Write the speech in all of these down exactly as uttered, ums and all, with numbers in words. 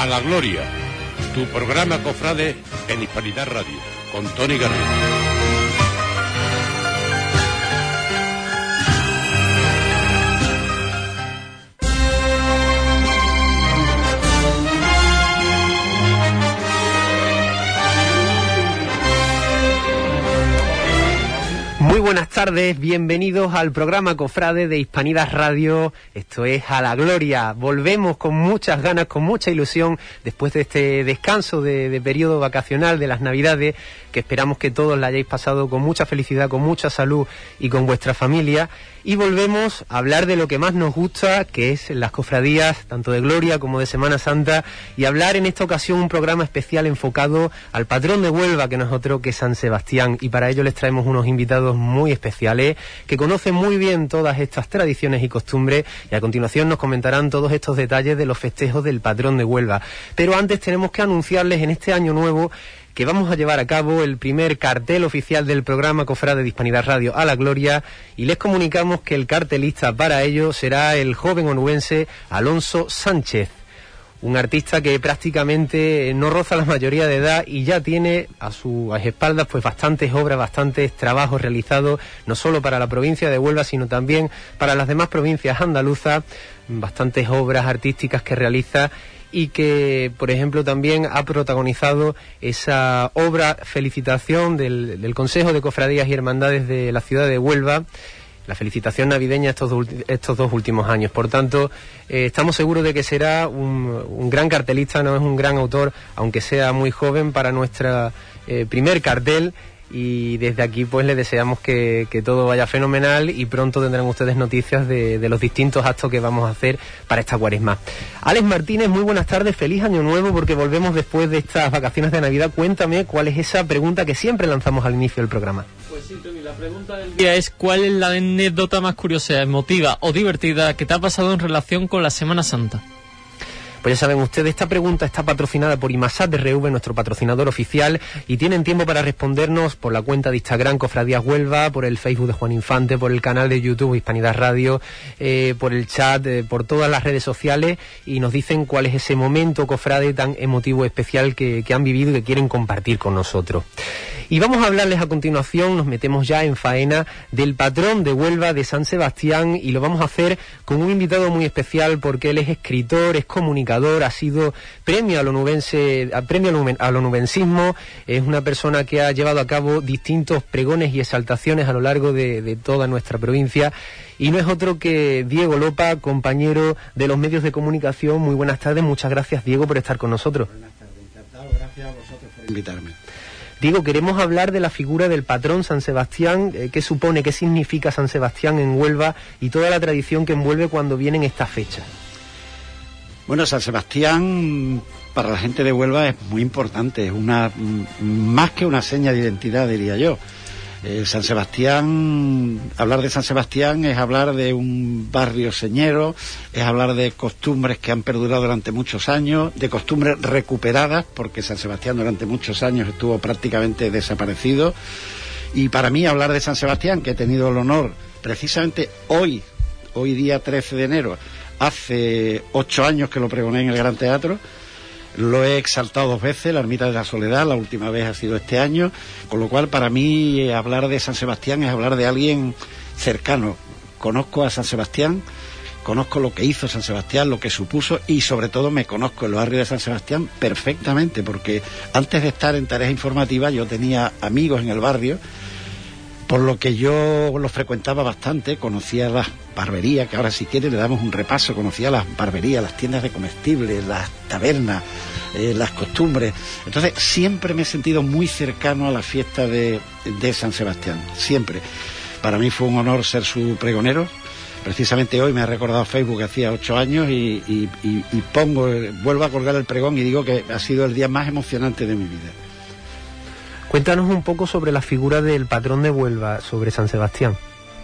A la Gloria, tu programa cofrade en Hispanidad Radio, con Tony Garrido. Muy buenas tardes, bienvenidos al programa Cofrade de Hispanidad Radio. Esto es A la Gloria. Volvemos con muchas ganas, con mucha ilusión, después de este descanso de, de periodo vacacional de las Navidades, que esperamos que todos la hayáis pasado con mucha felicidad, con mucha salud y con vuestra familia. Y volvemos a hablar de lo que más nos gusta, que es las cofradías, tanto de Gloria como de Semana Santa, y hablar en esta ocasión un programa especial enfocado al patrón de Huelva, que no es otro que San Sebastián, y para ello les traemos unos invitados muy especiales, que conocen muy bien todas estas tradiciones y costumbres, y a continuación nos comentarán todos estos detalles de los festejos del patrón de Huelva. Pero antes tenemos que anunciarles en este año nuevo que vamos a llevar a cabo el primer cartel oficial del programa Cofrade de Hispanidad Radio A la Gloria, y les comunicamos que el cartelista para ello será el joven onubense Alonso Sánchez, un artista que prácticamente no roza la mayoría de edad y ya tiene a sus espaldas pues bastantes obras, bastantes trabajos realizados, no solo para la provincia de Huelva, sino también para las demás provincias andaluzas, bastantes obras artísticas que realiza, y que, por ejemplo, también ha protagonizado esa obra felicitación del, del Consejo de Cofradías y Hermandades de la ciudad de Huelva, la felicitación navideña estos, do, estos dos últimos años. Por tanto, eh, estamos seguros de que será un, un gran cartelista, no es un gran autor, aunque sea muy joven, para nuestro eh, primer cartel. Y desde aquí pues les deseamos que, que todo vaya fenomenal, y pronto tendrán ustedes noticias de, de los distintos actos que vamos a hacer para esta cuaresma. Alex Martínez, muy buenas tardes, feliz año nuevo, porque volvemos después de estas vacaciones de Navidad. Cuéntame cuál es esa pregunta que siempre lanzamos al inicio del programa. Pues sí, Tony, la pregunta del día es: ¿cuál es la anécdota más curiosa, emotiva o divertida que te ha pasado en relación con la Semana Santa? Pues ya saben ustedes, esta pregunta está patrocinada por Imasat de R V, nuestro patrocinador oficial, y tienen tiempo para respondernos por la cuenta de Instagram Cofradías Huelva, por el Facebook de Juan Infante, por el canal de YouTube Hispanidad Radio, eh, por el chat, eh, por todas las redes sociales, y nos dicen cuál es ese momento cofrade tan emotivo, especial que, que han vivido y que quieren compartir con nosotros. Y vamos a hablarles a continuación, nos metemos ya en faena, del patrón de Huelva, de San Sebastián, y lo vamos a hacer con un invitado muy especial, porque él es escritor, es comunicador, ha sido premio al onubense, premio al onubensismo, es una persona que ha llevado a cabo distintos pregones y exaltaciones a lo largo de, de toda nuestra provincia, y no es otro que Diego Lopa, compañero de los medios de comunicación. Muy buenas tardes, muchas gracias, Diego, por estar con nosotros. Buenas tardes, encantado, gracias a vosotros por invitarme. Diego, queremos hablar de la figura del patrón San Sebastián, eh, qué supone, qué significa San Sebastián en Huelva y toda la tradición que envuelve cuando vienen estas fechas. Bueno, San Sebastián para la gente de Huelva es muy importante, es una más que una seña de identidad, diría yo. Eh, San Sebastián, hablar de San Sebastián es hablar de un barrio señero, es hablar de costumbres que han perdurado durante muchos años, de costumbres recuperadas, porque San Sebastián durante muchos años estuvo prácticamente desaparecido. Y para mí hablar de San Sebastián, que he tenido el honor precisamente hoy, hoy día trece de enero, hace ocho años que lo pregoné en el Gran Teatro, lo he exaltado dos veces, la Ermita de la Soledad, la última vez ha sido este año, con lo cual para mí eh, hablar de San Sebastián es hablar de alguien cercano. Conozco a San Sebastián, conozco lo que hizo San Sebastián, lo que supuso, y sobre todo me conozco el barrio de San Sebastián perfectamente, porque antes de estar en tareas informativas yo tenía amigos en el barrio, por lo que yo los frecuentaba bastante, conocía las barberías, que ahora si quiere le damos un repaso, conocía las barberías, las tiendas de comestibles, las tabernas, eh, las costumbres. Entonces siempre me he sentido muy cercano a la fiesta de, de San Sebastián, siempre. Para mí fue un honor ser su pregonero. Precisamente hoy me ha recordado Facebook que hacía ocho años y, y, y, y pongo, vuelvo a colgar el pregón y digo que ha sido el día más emocionante de mi vida. Cuéntanos un poco sobre la figura del patrón de Huelva, sobre San Sebastián.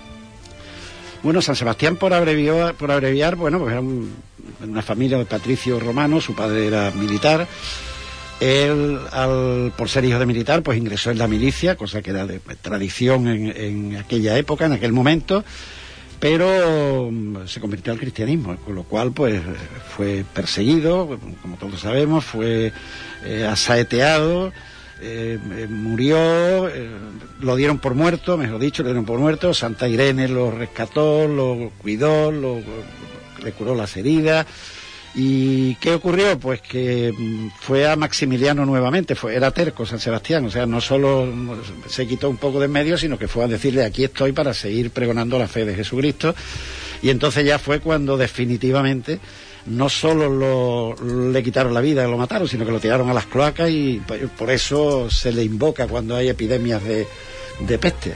Bueno, San Sebastián, por abreviar, por abreviar bueno, pues era un, una familia de patricios romanos, su padre era militar. Él, al, por ser hijo de militar, pues ingresó en la milicia, cosa que era de tradición en, en aquella época, en aquel momento. pero um, se convirtió al cristianismo, con lo cual pues fue perseguido, como todos sabemos, fue eh, asaeteado, eh, eh, murió, eh, lo dieron por muerto, mejor dicho, lo dieron por muerto. Santa Irene lo rescató, lo cuidó, lo, le curó las heridas. ¿Y qué ocurrió? Pues que fue a Maximiliano nuevamente, fue, era terco San Sebastián, o sea, no solo se quitó un poco de en medio, sino que fue a decirle: aquí estoy para seguir pregonando la fe de Jesucristo. Y entonces ya fue cuando definitivamente no solo lo, le quitaron la vida y lo mataron, sino que lo tiraron a las cloacas, y por eso se le invoca cuando hay epidemias de, de peste.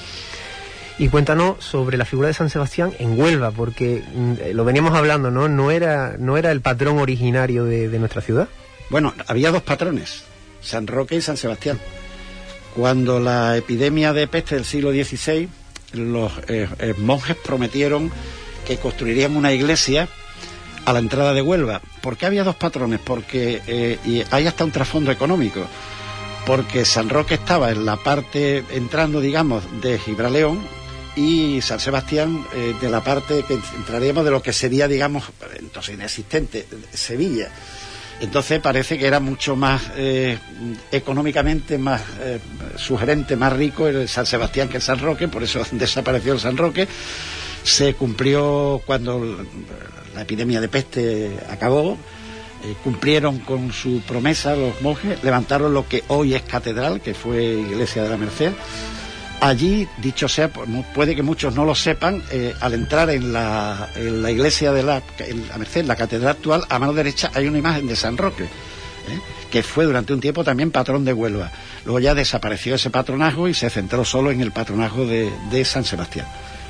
Y cuéntanos sobre la figura de San Sebastián en Huelva, porque mm, lo veníamos hablando, ¿no? No era, no era el patrón originario de, de nuestra ciudad. Bueno, había dos patrones, San Roque y San Sebastián. Cuando la epidemia de peste del siglo dieciséis, los eh, eh, monjes prometieron que construirían una iglesia a la entrada de Huelva. ¿Por qué había dos patrones? Porque eh, y hay hasta un trasfondo económico. Porque San Roque estaba en la parte, entrando, digamos, de Gibraleón, y San Sebastián eh, de la parte que entraríamos de lo que sería, digamos, entonces inexistente, Sevilla. Entonces parece que era mucho más eh, económicamente más eh, sugerente, más rico el San Sebastián que el San Roque, por eso desapareció el San Roque. Se cumplió cuando la epidemia de peste acabó, eh, cumplieron con su promesa los monjes, levantaron lo que hoy es catedral, que fue Iglesia de la Merced. Allí, dicho sea, puede que muchos no lo sepan, eh, al entrar en la, en la iglesia de la, en la Merced, la catedral actual, a mano derecha hay una imagen de San Roque, ¿eh? que fue durante un tiempo también patrón de Huelva. Luego ya desapareció ese patronajo y se centró solo en el patronajo de, de San Sebastián.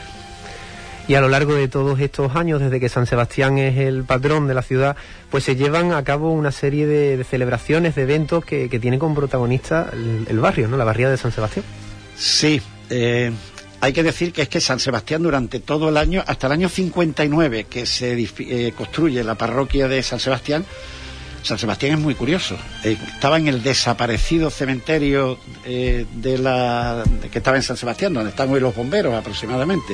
Y a lo largo de todos estos años, desde que San Sebastián es el patrón de la ciudad, pues se llevan a cabo una serie de, de celebraciones, de eventos que, que tienen como protagonista el, el barrio, ¿no? La barriada de San Sebastián. Sí, eh, hay que decir que es que San Sebastián durante todo el año, hasta el año cincuenta y nueve que se eh, construye la parroquia de San Sebastián, San Sebastián es muy curioso. Eh, estaba en el desaparecido cementerio eh, de la de que estaba en San Sebastián, donde están hoy los bomberos aproximadamente.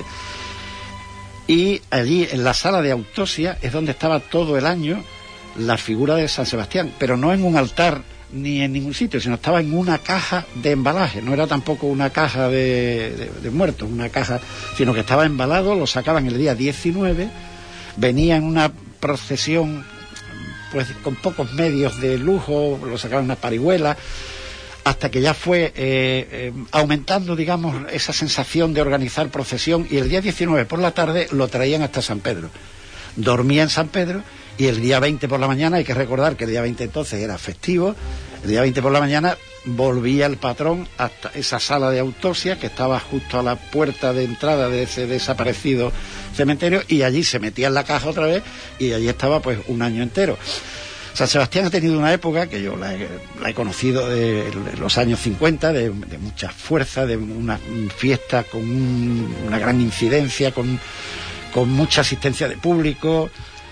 Y allí en la sala de autopsia es donde estaba todo el año la figura de San Sebastián, pero no en un altar ni en ningún sitio, sino estaba en una caja de embalaje. No era tampoco una caja de, de, de muertos, una caja, sino que estaba embalado. Lo sacaban el día diecinueve, venía en una procesión pues con pocos medios de lujo, lo sacaban en una parihuela, hasta que ya fue eh, eh, aumentando, digamos, esa sensación de organizar procesión, y el día diecinueve por la tarde lo traían hasta San Pedro. Dormía en San Pedro, y el día veinte por la mañana, hay que recordar que el día veinte entonces era festivo, el día veinte por la mañana volvía el patrón hasta esa sala de autopsia que estaba justo a la puerta de entrada de ese desaparecido cementerio, y allí se metía en la caja otra vez, y allí estaba pues un año entero. San Sebastián ha tenido una época que yo la he, la he conocido de los años cincuenta, de, de mucha fuerza, de una fiesta con un, una gran incidencia, con, con mucha asistencia de público.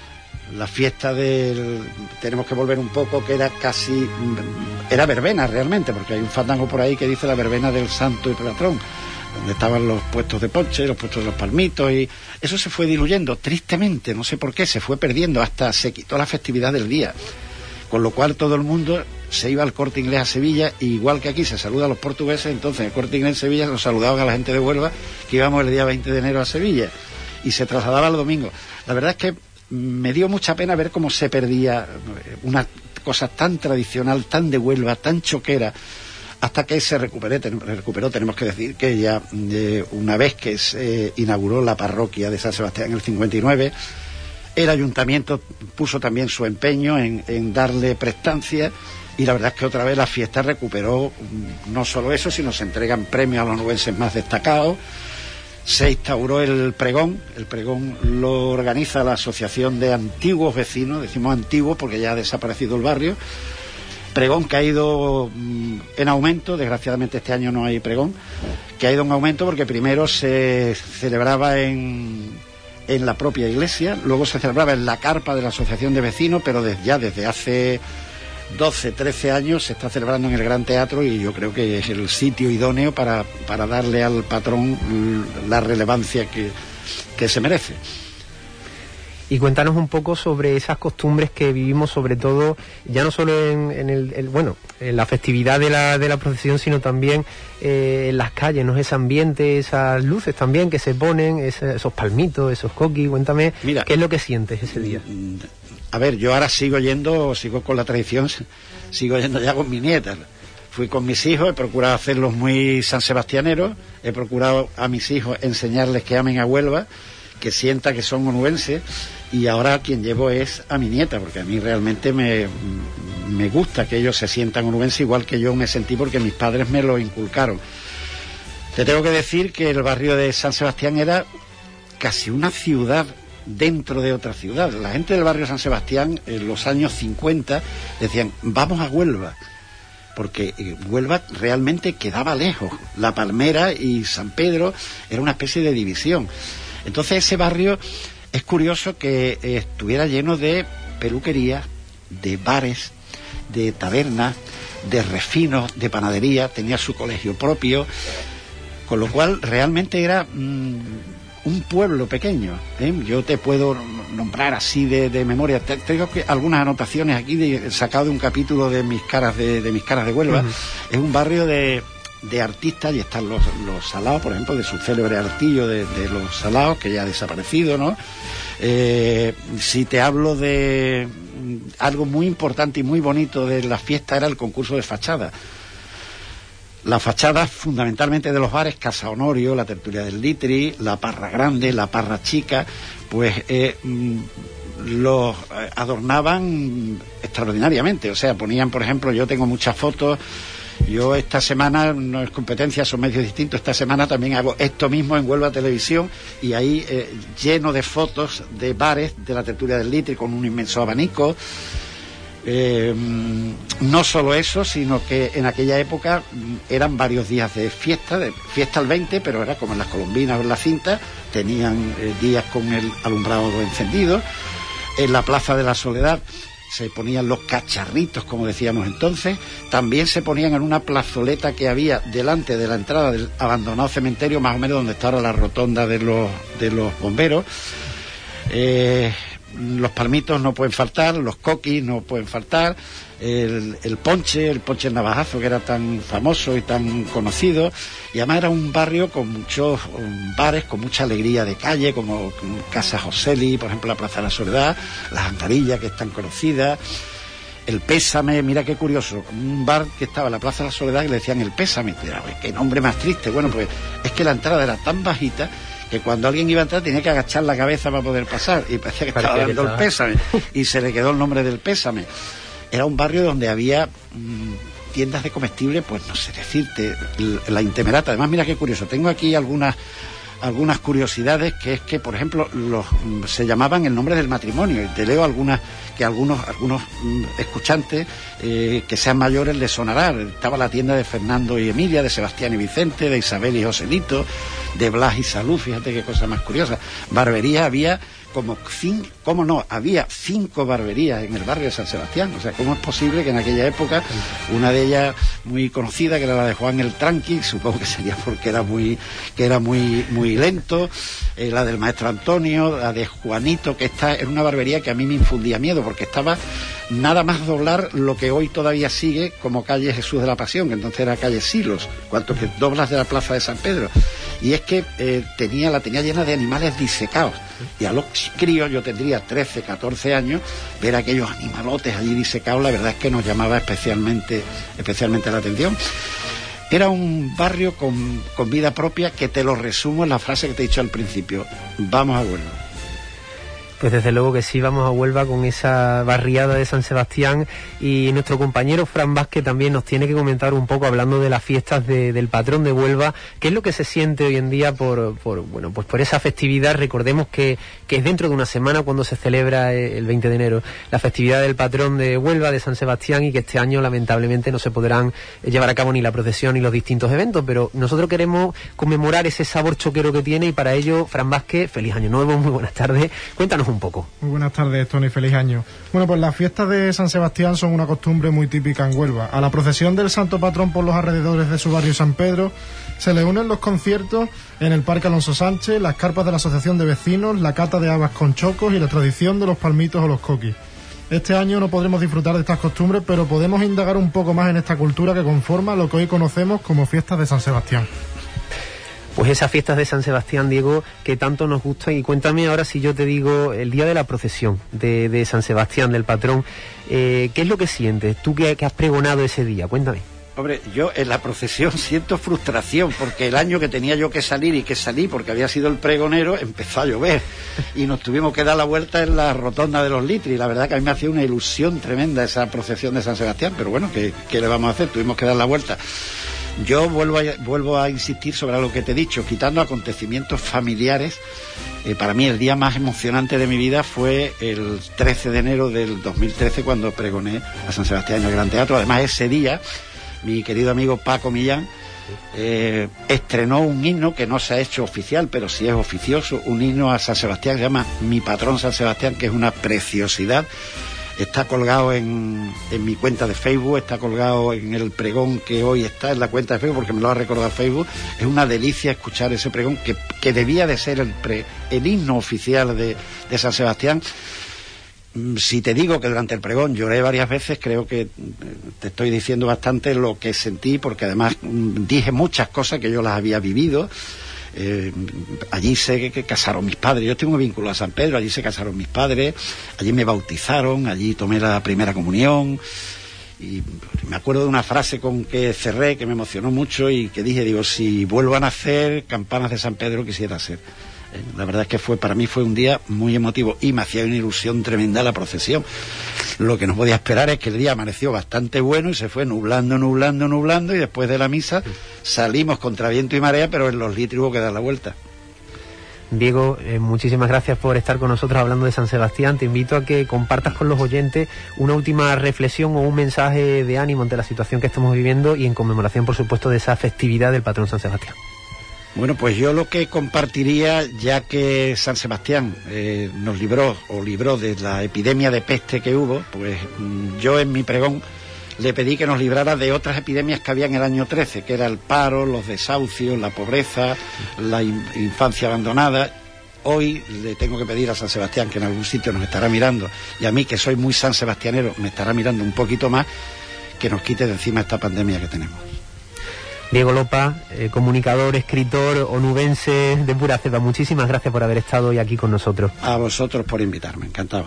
La fiesta del... tenemos que volver un poco, que era casi... era verbena realmente, porque hay un fandango por ahí que dice la verbena del santo y patrón, donde estaban los puestos de ponche, los puestos de los palmitos, y eso se fue diluyendo, tristemente, no sé por qué, se fue perdiendo, hasta se quitó la festividad del día, con lo cual todo el mundo se iba al Corte Inglés a Sevilla, y igual que aquí se saluda a los portugueses, entonces en el Corte Inglés en Sevilla nos saludaban a la gente de Huelva, que íbamos el día veinte de enero a Sevilla, y se trasladaba al domingo. La verdad es que me dio mucha pena ver cómo se perdía una cosa tan tradicional, tan de Huelva, tan choquera, hasta que se recuperó, recuperó tenemos que decir que ya eh, una vez que se eh, inauguró la parroquia de San Sebastián en el cincuenta y nueve, el ayuntamiento puso también su empeño en, en darle prestancia, y la verdad es que otra vez la fiesta recuperó no solo eso, sino se entregan premios a los onubenses más destacados. Se instauró el pregón, el pregón lo organiza la Asociación de Antiguos Vecinos, decimos antiguos porque ya ha desaparecido el barrio. Pregón que ha ido mm, en aumento, desgraciadamente este año no hay pregón, que ha ido en aumento porque primero se celebraba en, en la propia iglesia, luego se celebraba en la carpa de la Asociación de Vecinos, pero desde, ya desde hace doce, trece años se está celebrando en el Gran Teatro y yo creo que es el sitio idóneo para, para darle al patrón la relevancia que, que se merece. Y cuéntanos un poco sobre esas costumbres que vivimos, sobre todo, ya no solo en, en el, el, bueno, en la festividad de la, de la procesión, sino también eh, en las calles, ¿no? Ese ambiente, esas luces también que se ponen, ese, esos palmitos, esos coquis. Cuéntame, Mira, ¿qué es lo que sientes ese día? A ver, yo ahora sigo yendo, sigo con la tradición, sigo yendo ya con mi nieta. Fui con mis hijos, he procurado hacerlos muy sansebastianeros, he procurado a mis hijos enseñarles que amen a Huelva, que sienta que son onubenses, y ahora quien llevo es a mi nieta, porque a mí realmente me, me gusta que ellos se sientan onubenses igual que yo me sentí, porque mis padres me lo inculcaron. Te tengo que decir que el barrio de San Sebastián era casi una ciudad dentro de otra ciudad. La gente del barrio San Sebastián en los años cincuenta decían, vamos a Huelva, porque Huelva realmente quedaba lejos. La Palmera y San Pedro era una especie de división. Entonces ese barrio es curioso que eh, estuviera lleno de peluquerías, de bares, de tabernas, de refinos, de panadería, tenía su colegio propio, con lo cual realmente era mmm, un pueblo pequeño, ¿eh? Yo te puedo nombrar así de, de memoria, te, tengo que, algunas anotaciones aquí de, sacado de un capítulo de mis caras de, de mis caras de Huelva. Uh-huh. Es un barrio de de artistas, y están los, los Salaos, por ejemplo, de su célebre artillo de, de los Salaos, que ya ha desaparecido, ¿no? Eh, si te hablo de algo muy importante y muy bonito de la fiesta, era el concurso de fachada. Las fachadas fundamentalmente de los bares, Casa Honorio, la Tertulia del Litri, la Parra Grande, la Parra Chica, pues eh, los adornaban extraordinariamente. O sea, ponían, por ejemplo, yo tengo muchas fotos. Yo esta semana, no es competencia, son medios distintos, esta semana también hago esto mismo en Huelva Televisión, y ahí eh, lleno de fotos de bares de la Tertulia del Litri con un inmenso abanico. Eh, no solo eso, sino que en aquella época eran varios días de fiesta, de fiesta al veinte, pero era como en las colombinas o en la cinta, tenían eh, días con el alumbrado encendido. En la Plaza de la Soledad se ponían los cacharritos, como decíamos entonces. También se ponían en una plazoleta que había delante de la entrada del abandonado cementerio, más o menos donde está ahora la rotonda de los, de los bomberos. Eh, los palmitos no pueden faltar, los coquis no pueden faltar, el, el ponche, el ponche el navajazo, que era tan famoso y tan conocido. Y además era un barrio con muchos um, bares, con mucha alegría de calle, como, como Casa Joseli, por ejemplo, la Plaza de la Soledad, las Angarillas, que es tan conocida, el Pésame. Mira qué curioso, un bar que estaba en la Plaza de la Soledad, que le decían el Pésame. Qué nombre más triste. Bueno, pues es que la entrada era tan bajita que cuando alguien iba a entrar tenía que agachar la cabeza para poder pasar, y parecía que estaba dando el pésame, y se le quedó el nombre del Pésame. Era un barrio donde había mmm, tiendas de comestibles, pues no sé decirte, la Intemerata. Además, mira qué curioso, tengo aquí algunas algunas curiosidades, que es que, por ejemplo, los se llamaban el nombre del matrimonio, y te leo algunas que algunos algunos mm, escuchantes eh, que sean mayores les sonará. Estaba la tienda de Fernando y Emilia, de Sebastián y Vicente, de Isabel y Joselito, de Blas y Salud. Fíjate qué cosa más curiosa. Barbería había como cinco, ¿cómo no? Había cinco barberías en el barrio de San Sebastián. O sea, ¿cómo es posible que en aquella época, una de ellas muy conocida, que era la de Juan el Tranqui, supongo que sería porque era muy, que era muy, muy lento, eh, la del maestro Antonio, la de Juanito, que esta era una barbería que a mí me infundía miedo, porque estaba nada más doblar lo que hoy todavía sigue como calle Jesús de la Pasión, que entonces era calle Silos, cuanto que doblas de la Plaza de San Pedro. Y es que eh, tenía, la tenía llena de animales disecados, y a los críos, yo tendría trece, catorce años, ver aquellos animalotes allí disecados, la verdad es que nos llamaba especialmente, especialmente la atención. Era un barrio con, con vida propia, que te lo resumo en la frase que te he dicho al principio: vamos a Huelva. Pues desde luego que sí, vamos a Huelva con esa barriada de San Sebastián, y nuestro compañero Fran Vázquez también nos tiene que comentar un poco, hablando de las fiestas de, del patrón de Huelva, qué es lo que se siente hoy en día por, por bueno, pues por esa festividad. Recordemos que, que es dentro de una semana cuando se celebra el veinte de enero la festividad del patrón de Huelva, de San Sebastián, y que este año lamentablemente no se podrán llevar a cabo ni la procesión ni los distintos eventos, pero nosotros queremos conmemorar ese sabor choquero que tiene, y para ello, Fran Vázquez, feliz año nuevo, muy buenas tardes. Cuéntanos un un poco. Muy buenas tardes, Tony, feliz año. Bueno, pues las fiestas de San Sebastián son una costumbre muy típica en Huelva. A la procesión del santo patrón por los alrededores de su barrio San Pedro se le unen los conciertos en el Parque Alonso Sánchez, las carpas de la Asociación de Vecinos, la cata de habas con chocos y la tradición de los palmitos o los coquis. Este año no podremos disfrutar de estas costumbres, pero podemos indagar un poco más en esta cultura que conforma lo que hoy conocemos como fiestas de San Sebastián. Pues esas fiestas de San Sebastián, Diego, que tanto nos gustan. Y cuéntame ahora, si yo te digo el día de la procesión de, de San Sebastián, del patrón, eh, ¿qué es lo que sientes? Tú que, que has pregonado ese día, cuéntame. Hombre, yo en la procesión siento frustración, porque el año que tenía yo que salir y que salí porque había sido el pregonero, empezó a llover y nos tuvimos que dar la vuelta en la rotonda de los Litri. La verdad que a mí me hacía una ilusión tremenda esa procesión de San Sebastián, pero bueno, ¿qué, qué le vamos a hacer? Tuvimos que dar la vuelta. Yo vuelvo a, vuelvo a insistir sobre lo que te he dicho, quitando acontecimientos familiares. Eh, para mí el día más emocionante de mi vida fue el trece de enero del dos mil trece, cuando pregoné a San Sebastián en el Gran Teatro. Además, ese día mi querido amigo Paco Millán eh, estrenó un himno que no se ha hecho oficial, pero sí es oficioso, un himno a San Sebastián que se llama Mi Patrón San Sebastián, que es una preciosidad. Está colgado en, en mi cuenta de Facebook, está colgado en el pregón que hoy está en la cuenta de Facebook, porque me lo ha recordado Facebook. Es una delicia escuchar ese pregón que, que debía de ser el, pre, el himno oficial de, de San Sebastián. Si te digo que durante el pregón lloré varias veces, creo que te estoy diciendo bastante lo que sentí, porque además dije muchas cosas que yo las había vivido. Eh, allí sé que, que casaron mis padres, yo tengo un vínculo a San Pedro, allí se casaron mis padres, allí me bautizaron, allí tomé la primera comunión, y me acuerdo de una frase con que cerré, que me emocionó mucho, y que dije, digo, si vuelvo a nacer, campanas de San Pedro quisiera ser. La verdad es que fue para mí fue un día muy emotivo y me hacía una ilusión tremenda la procesión. Lo que no podía esperar es que el día amaneció bastante bueno y se fue nublando, nublando, nublando, y después de la misa salimos contra viento y marea, pero en los Litri hubo que dar la vuelta. Diego, eh, muchísimas gracias por estar con nosotros hablando de San Sebastián. Te invito a que compartas con los oyentes una última reflexión o un mensaje de ánimo ante la situación que estamos viviendo y en conmemoración, por supuesto, de esa festividad del patrón San Sebastián. Bueno, pues yo lo que compartiría, ya que San Sebastián eh, nos libró o libró de la epidemia de peste que hubo, pues yo en mi pregón le pedí que nos librara de otras epidemias que había en el año trece, que era el paro, los desahucios, la pobreza, la in- infancia abandonada. Hoy le tengo que pedir a San Sebastián, que en algún sitio nos estará mirando, y a mí, que soy muy san sebastianero, me estará mirando un poquito más, que nos quite de encima esta pandemia que tenemos. Diego Lopa, eh, comunicador, escritor onubense de pura cepa, muchísimas gracias por haber estado hoy aquí con nosotros. A vosotros por invitarme, encantado.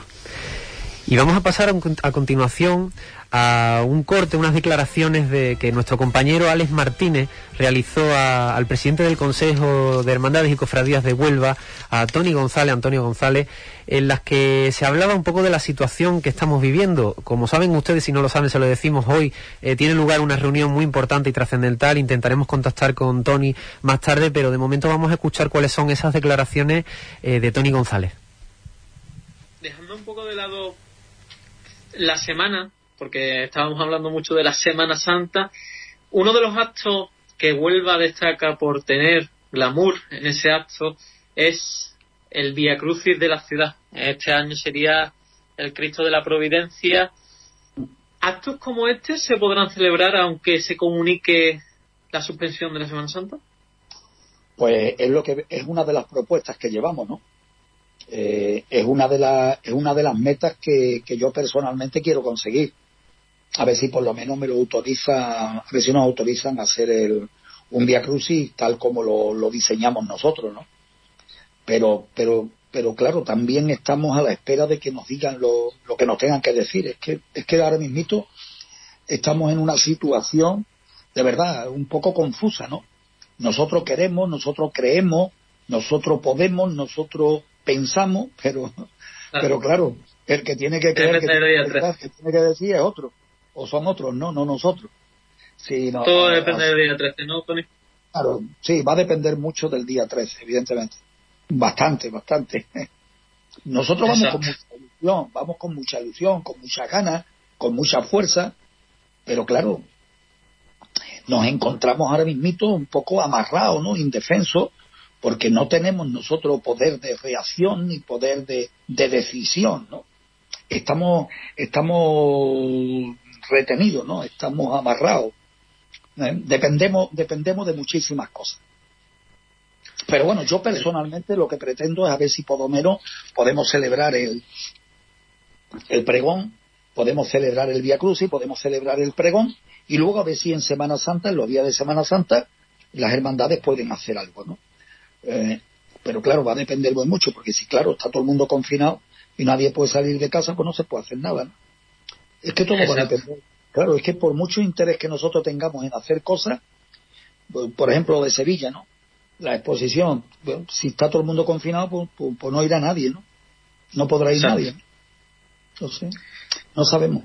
Y vamos a pasar a continuación a un corte, unas declaraciones de que nuestro compañero Alex Martínez realizó a, al presidente del Consejo de Hermandades y Cofradías de Huelva, a Tony González, Antonio González, en las que se hablaba un poco de la situación que estamos viviendo. Como saben ustedes, si no lo saben, se lo decimos hoy, eh, tiene lugar una reunión muy importante y trascendental. Intentaremos contactar con Tony más tarde, pero de momento vamos a escuchar cuáles son esas declaraciones eh, de Tony González. Dejando un poco de lado la semana, porque estábamos hablando mucho de la Semana Santa, uno de los actos que Huelva destaca por tener glamour en ese acto es el Vía Crucis de la ciudad. Este año sería el Cristo de la Providencia. ¿Actos como este se podrán celebrar aunque se comunique la suspensión de la Semana Santa? Pues es lo que es una de las propuestas que llevamos, ¿no? Eh, es una de las es una de las metas que, que yo personalmente quiero conseguir. A ver si por lo menos me lo autoriza, a ver si nos autorizan a hacer el, un Vía Crucis tal como lo, lo diseñamos nosotros, ¿no? Pero, pero, pero claro, también estamos a la espera de que nos digan lo, lo que nos tengan que decir. Es que, es que ahora mismito estamos en una situación de verdad un poco confusa, ¿no? Nosotros queremos, nosotros creemos, nosotros podemos, nosotros pensamos, pero claro, pero claro, el que tiene que creer, que tiene que, pensar, que tiene que decir es otro, o son otros, no, no nosotros. Sí, no, todo depende del día trece, ¿no, Tony? Claro, sí, va a depender mucho del día trece, evidentemente. Bastante, bastante. Nosotros vamos Exacto. con mucha ilusión, vamos con mucha ilusión, con muchas ganas, con mucha fuerza, pero claro, nos encontramos ahora mismito un poco amarrados, ¿no? Indefensos, porque no tenemos nosotros poder de reacción ni poder de, de decisión, ¿no? Estamos, estamos retenidos, ¿no? Estamos amarrados. ¿eh? Dependemos, dependemos de muchísimas cosas. Pero bueno, yo personalmente lo que pretendo es a ver si por lo menos podemos celebrar el, el pregón, podemos celebrar el Vía Crucis, podemos celebrar el pregón, y luego a ver si en Semana Santa, en los días de Semana Santa, las hermandades pueden hacer algo, ¿no? Eh, pero claro, va a depender de mucho, porque si claro, está todo el mundo confinado y nadie puede salir de casa, pues no se puede hacer nada, ¿no? Es que todo va a depender. Claro, es que por mucho interés que nosotros tengamos en hacer cosas, por ejemplo, de Sevilla, ¿no? La exposición, bueno, si está todo el mundo confinado, pues, pues, pues no irá nadie, ¿no? No podrá ir nadie, ¿no? Entonces, no sabemos.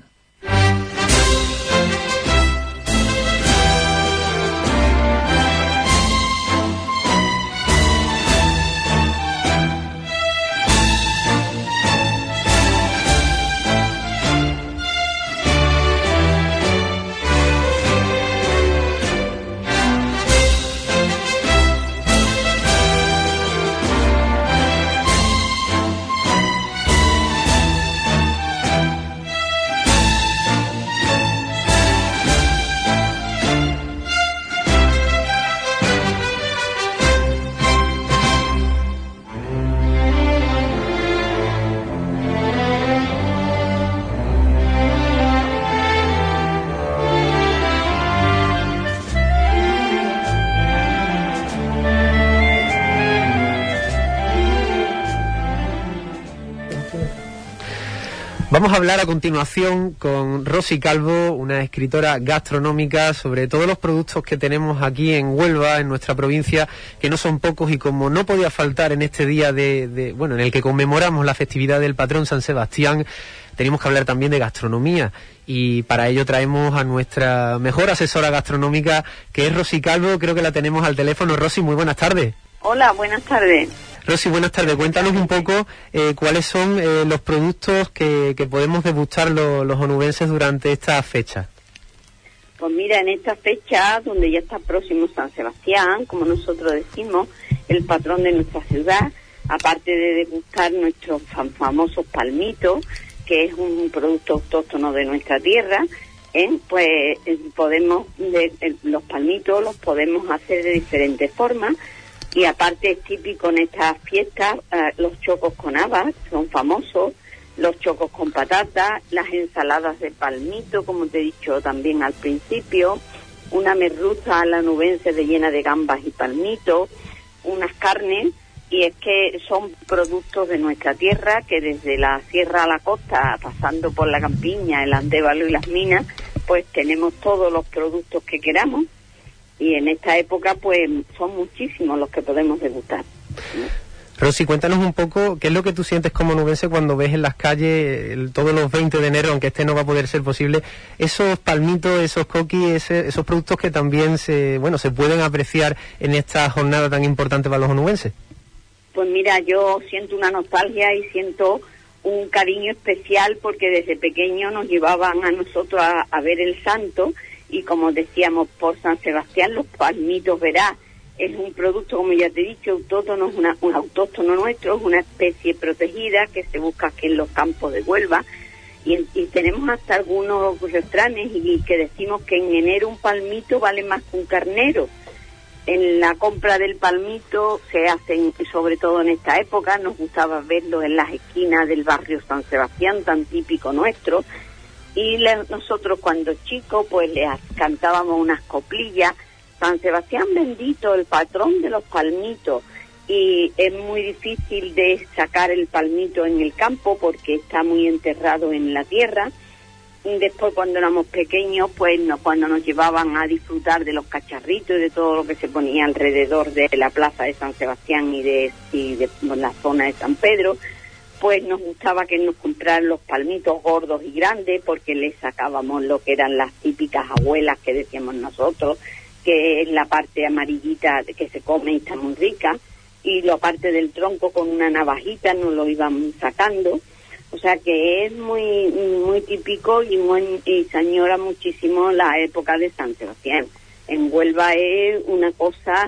Vamos a hablar a continuación con Rosy Calvo, una escritora gastronómica, sobre todos los productos que tenemos aquí en Huelva, en nuestra provincia, que no son pocos, y como no podía faltar en este día de, de bueno, en el que conmemoramos la festividad del patrón San Sebastián, tenemos que hablar también de gastronomía, y para ello traemos a nuestra mejor asesora gastronómica, que es Rosy Calvo. Creo que la tenemos al teléfono. Rosy, muy buenas tardes. Hola, buenas tardes. Rosy, buenas tardes. Cuéntanos un poco eh, cuáles son eh, los productos que, que podemos degustar lo, los onubenses durante esta fecha. Pues mira, en esta fecha, donde ya está próximo San Sebastián, como nosotros decimos, el patrón de nuestra ciudad, aparte de degustar nuestros fam- famosos palmitos, que es un producto autóctono de nuestra tierra, ¿eh? pues eh, podemos, de, eh, los palmitos los podemos hacer de diferentes formas. Y aparte es típico en estas fiestas, eh, los chocos con habas, son famosos, los chocos con patatas, las ensaladas de palmito, como te he dicho también al principio, una merluza a la nubense rellena de gambas y palmito, unas carnes, y es que son productos de nuestra tierra, que desde la sierra a la costa, pasando por la campiña, el Andévalo y las minas, pues tenemos todos los productos que queramos. Y en esta época, pues, son muchísimos los que podemos degustar. Rosy, cuéntanos un poco qué es lo que tú sientes como nubense cuando ves en las calles el, todos los veinte de enero, aunque este no va a poder ser posible, esos palmitos, esos coquis, ese, esos productos que también se, bueno, se pueden apreciar en esta jornada tan importante para los onubenses. Pues mira, yo siento una nostalgia y siento un cariño especial, porque desde pequeño nos llevaban a nosotros a, a ver el santo. Y como decíamos, por San Sebastián, los palmitos, verás, es un producto, como ya te he dicho, autóctono, es una, un autóctono nuestro, es una especie protegida que se busca aquí en los campos de Huelva. Y, y tenemos hasta algunos refranes y que decimos que en enero un palmito vale más que un carnero. En la compra del palmito se hacen, sobre todo en esta época, nos gustaba verlo en las esquinas del barrio San Sebastián, tan típico nuestro. Y le, nosotros cuando chicos pues le cantábamos unas coplillas, San Sebastián bendito, el patrón de los palmitos, y es muy difícil de sacar el palmito en el campo porque está muy enterrado en la tierra. Y después cuando éramos pequeños, pues no, cuando nos llevaban a disfrutar de los cacharritos y de todo lo que se ponía alrededor de la plaza de San Sebastián y de, y de la zona de San Pedro, pues nos gustaba que nos compraran los palmitos gordos y grandes, porque les sacábamos lo que eran las típicas abuelas que decíamos nosotros, que es la parte amarillita que se come y está muy rica, y la parte del tronco con una navajita nos lo iban sacando. O sea que es muy muy típico y, muy, y se añora muchísimo la época de San Sebastián. En Huelva es una cosa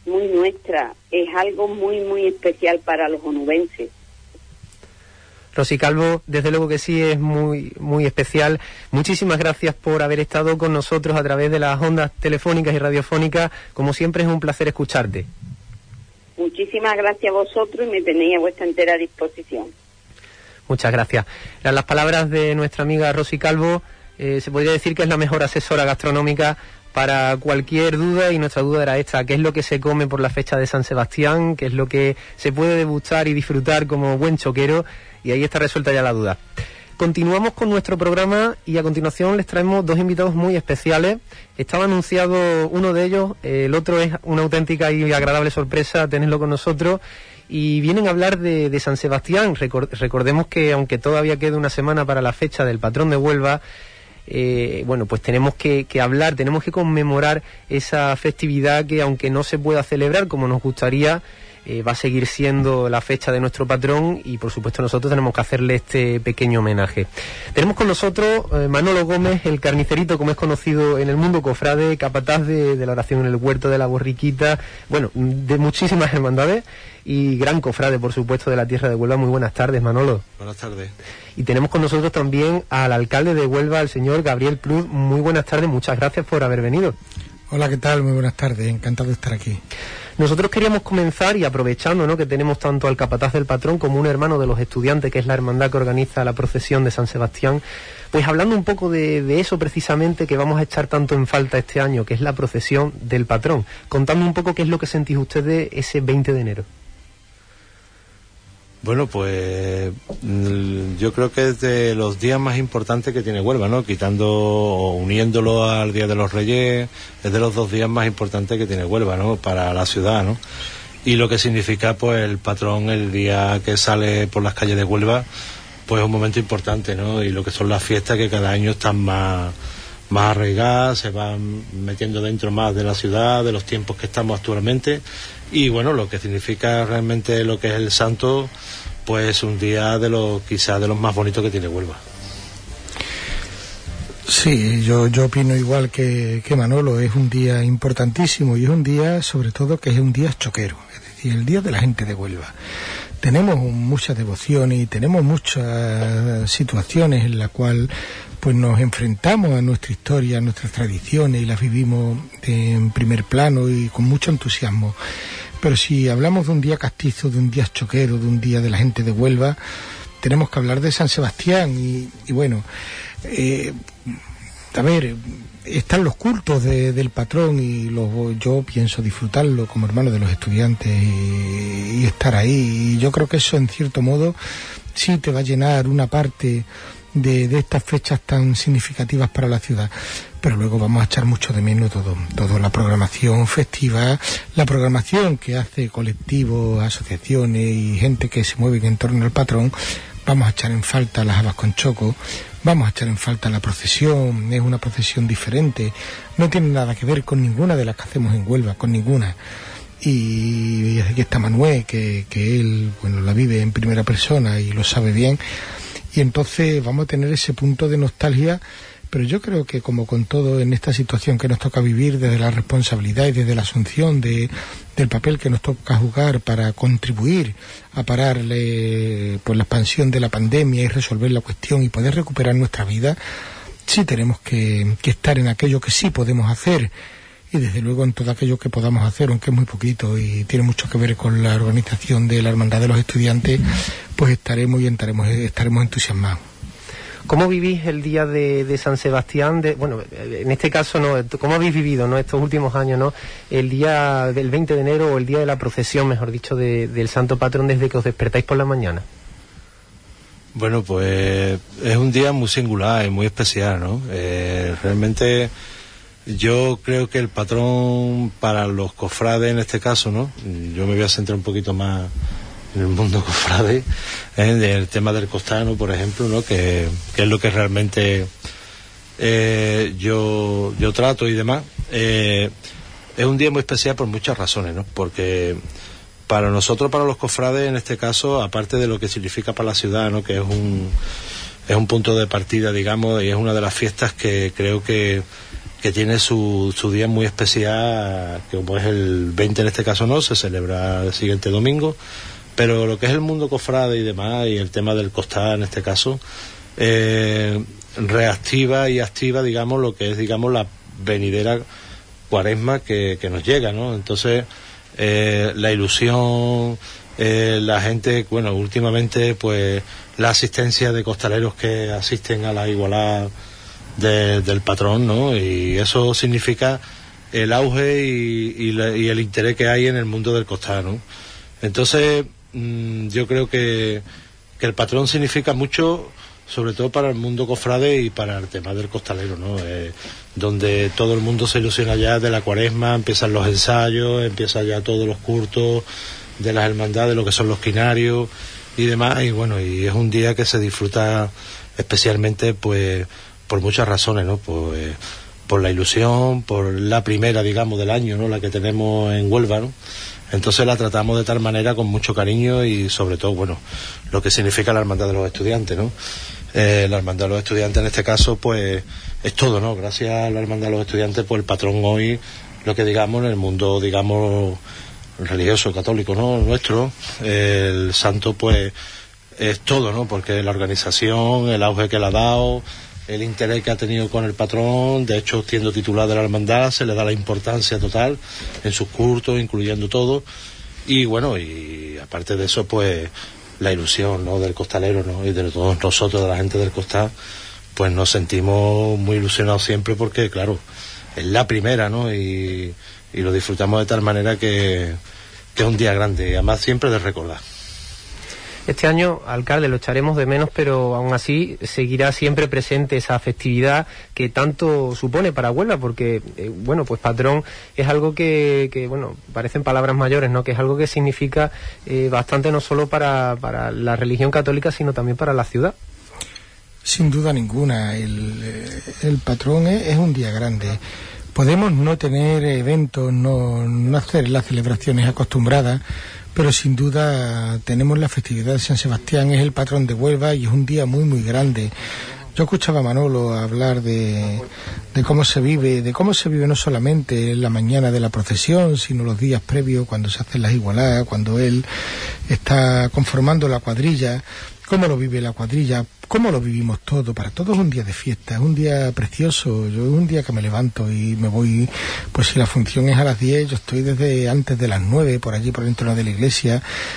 muy nuestra, es algo muy, muy especial para los onubenses. Rosy Calvo, desde luego que sí, es muy muy especial. Muchísimas gracias por haber estado con nosotros a través de las ondas telefónicas y radiofónicas. Como siempre, es un placer escucharte. Muchísimas gracias a vosotros y me tenéis a vuestra entera disposición. Muchas gracias. Eran las palabras de nuestra amiga Rosy Calvo. Eh, se podría decir que es la mejor asesora gastronómica para cualquier duda, y nuestra duda era esta: ¿qué es lo que se come por la fecha de San Sebastián? ¿Qué es lo que se puede degustar y disfrutar como buen choquero? Y ahí está resuelta ya la duda. Continuamos con nuestro programa y a continuación les traemos dos invitados muy especiales. Estaba anunciado uno de ellos, el otro es una auténtica y agradable sorpresa tenerlo con nosotros, y vienen a hablar de, de San Sebastián. Record, recordemos que aunque todavía queda una semana para la fecha del patrón de Huelva, Eh, bueno, pues tenemos que, que hablar, tenemos que conmemorar esa festividad que, aunque no se pueda celebrar como nos gustaría, eh, va a seguir siendo la fecha de nuestro patrón, y por supuesto nosotros tenemos que hacerle este pequeño homenaje. Tenemos con nosotros eh, Manolo Gómez, el carnicerito, como es conocido en el mundo cofrade, capataz de, de la oración en el huerto de la Borriquita, bueno, de muchísimas hermandades, y gran cofrade, por supuesto, de la tierra de Huelva. Muy buenas tardes, Manolo. Buenas tardes. Y tenemos con nosotros también al alcalde de Huelva, el señor Gabriel Cruz. Muy buenas tardes, muchas gracias por haber venido. Hola, ¿qué tal? Muy buenas tardes, encantado de estar aquí. Nosotros queríamos comenzar, y aprovechando, ¿no?, que tenemos tanto al capataz del patrón como un hermano de los estudiantes, que es la hermandad que organiza la procesión de San Sebastián, pues hablando un poco de, de eso precisamente que vamos a echar tanto en falta este año, que es la procesión del patrón. Contadme un poco qué es lo que sentís ustedes ese veinte de enero. Bueno, pues yo creo que es de los días más importantes que tiene Huelva, ¿no? Quitando o uniéndolo al Día de los Reyes, es de los dos días más importantes que tiene Huelva, ¿no? Para la ciudad, ¿no? Y lo que significa, pues, el patrón, el día que sale por las calles de Huelva, pues es un momento importante, ¿no? Y lo que son las fiestas, que cada año están más, más arraigadas, se van metiendo dentro más de la ciudad, de los tiempos que estamos actualmente. Y bueno, lo que significa realmente lo que es el santo, pues un día de los, quizás de los más bonitos que tiene Huelva. Sí, yo, yo opino igual que, que Manolo, es un día importantísimo, y es un día, sobre todo, que es un día choquero, es decir, el día de la gente de Huelva. Tenemos mucha devoción y tenemos muchas situaciones en las cuales pues nos enfrentamos a nuestra historia, a nuestras tradiciones, y las vivimos en primer plano y con mucho entusiasmo. Pero si hablamos de un día castizo, de un día choquero, de un día de la gente de Huelva, tenemos que hablar de San Sebastián. Y, y bueno, eh, a ver, están los cultos de, del patrón, y los, yo pienso disfrutarlo como hermano de los estudiantes y, y estar ahí. Y yo creo que eso, en cierto modo, sí te va a llenar una parte de, de estas fechas tan significativas para la ciudad. Pero luego vamos a echar mucho de menos todo, toda la programación festiva, la programación que hace colectivos, asociaciones y gente que se mueve en torno al patrón. Vamos a echar en falta las habas con choco, vamos a echar en falta la procesión. Es una procesión diferente, no tiene nada que ver con ninguna de las que hacemos en Huelva, con ninguna. Y, y aquí está Manuel, que, que él, bueno, la vive en primera persona y lo sabe bien, y entonces vamos a tener ese punto de nostalgia. Pero yo creo que, como con todo en esta situación que nos toca vivir, desde la responsabilidad y desde la asunción de, del papel que nos toca jugar para contribuir a pararle pues la expansión de la pandemia y resolver la cuestión y poder recuperar nuestra vida, sí tenemos que, que estar en aquello que sí podemos hacer, y desde luego en todo aquello que podamos hacer, aunque es muy poquito y tiene mucho que ver con la organización de la Hermandad de los Estudiantes, pues estaremos y estaremos, estaremos entusiasmados. ¿Cómo vivís el día de, de San Sebastián? De, bueno, en este caso, no, ¿cómo habéis vivido, no, estos últimos años, no, el día del veinte de enero, o el día de la procesión, mejor dicho, de, del Santo Patrón, desde que os despertáis por la mañana? Bueno, pues es un día muy singular y muy especial, ¿no? Eh, realmente yo creo que el patrón para los cofrades, en este caso, ¿no? Yo me voy a centrar un poquito más en el mundo cofrade, ¿eh? El tema del costano, por ejemplo, ¿no? Que, que es lo que realmente eh, yo yo trato y demás. Eh, es un día muy especial por muchas razones, ¿no? Porque para nosotros, para los cofrades, en este caso, aparte de lo que significa para la ciudad, ¿no? Que es un es un punto de partida, digamos, y es una de las fiestas que creo que que tiene su, su día muy especial, que como es el veinte en este caso no, se celebra el siguiente domingo, pero lo que es el mundo cofrade y demás, y el tema del costal en este caso, eh, reactiva y activa, digamos, lo que es, digamos, la venidera cuaresma que, que nos llega, ¿no? Entonces, eh, la ilusión, eh, la gente, bueno, últimamente, pues, la asistencia de costaleros que asisten a la igualdad de, del patrón, ¿no? Y eso significa el auge y, y, la, y el interés que hay en el mundo del costal, ¿no? Entonces, mmm, yo creo que, que el patrón significa mucho, sobre todo para el mundo cofrade y para el tema del costalero, ¿no? Eh, donde todo el mundo se ilusiona ya de la cuaresma, empiezan los ensayos, empiezan ya todos los cultos de las hermandades, lo que son los quinarios y demás, y bueno, y es un día que se disfruta especialmente, pues, por muchas razones, ¿no? Pues, por la ilusión, por la primera, digamos, del año, ¿no? La que tenemos en Huelva, ¿no? Entonces la tratamos de tal manera con mucho cariño y sobre todo, bueno, lo que significa la hermandad de los estudiantes, ¿no? Eh, la hermandad de los estudiantes en este caso, pues, es todo, ¿no? Gracias a la hermandad de los estudiantes, pues el patrón hoy, lo que digamos, en el mundo, digamos, religioso, católico, ¿no? Nuestro, eh, el santo, pues, es todo, ¿no? Porque la organización, el auge que le ha dado, el interés que ha tenido con el patrón, de hecho, siendo titular de la hermandad, se le da la importancia total en sus cultos, incluyendo todo, y bueno, y aparte de eso, pues, la ilusión, ¿no? Del costalero, ¿no? Y de todos nosotros, de la gente del costal, pues nos sentimos muy ilusionados siempre porque, claro, es la primera, ¿no? Y, y lo disfrutamos de tal manera que, que es un día grande, y además siempre de recordar. Este año, alcalde, lo echaremos de menos, pero aún así seguirá siempre presente esa festividad que tanto supone para Huelva, porque, eh, bueno, pues patrón es algo que, que, bueno, parecen palabras mayores, ¿no? Que es algo que significa eh, bastante no solo para, para la religión católica, sino también para la ciudad. Sin duda ninguna, el, el patrón es, es un día grande. Podemos no tener eventos, no, no hacer las celebraciones acostumbradas, pero sin duda tenemos la festividad de San Sebastián, es el patrón de Huelva y es un día muy muy grande. Yo escuchaba a Manolo hablar de, de cómo se vive, de cómo se vive no solamente en la mañana de la procesión, sino los días previos, cuando se hacen las igualadas, cuando él está conformando la cuadrilla, cómo lo vive la cuadrilla, cómo lo vivimos todo. Para todos es un día de fiesta, es un día precioso. Yo es un día que me levanto y me voy, pues si la función es a las diez, yo estoy desde antes de las nueve por allí por dentro de la iglesia.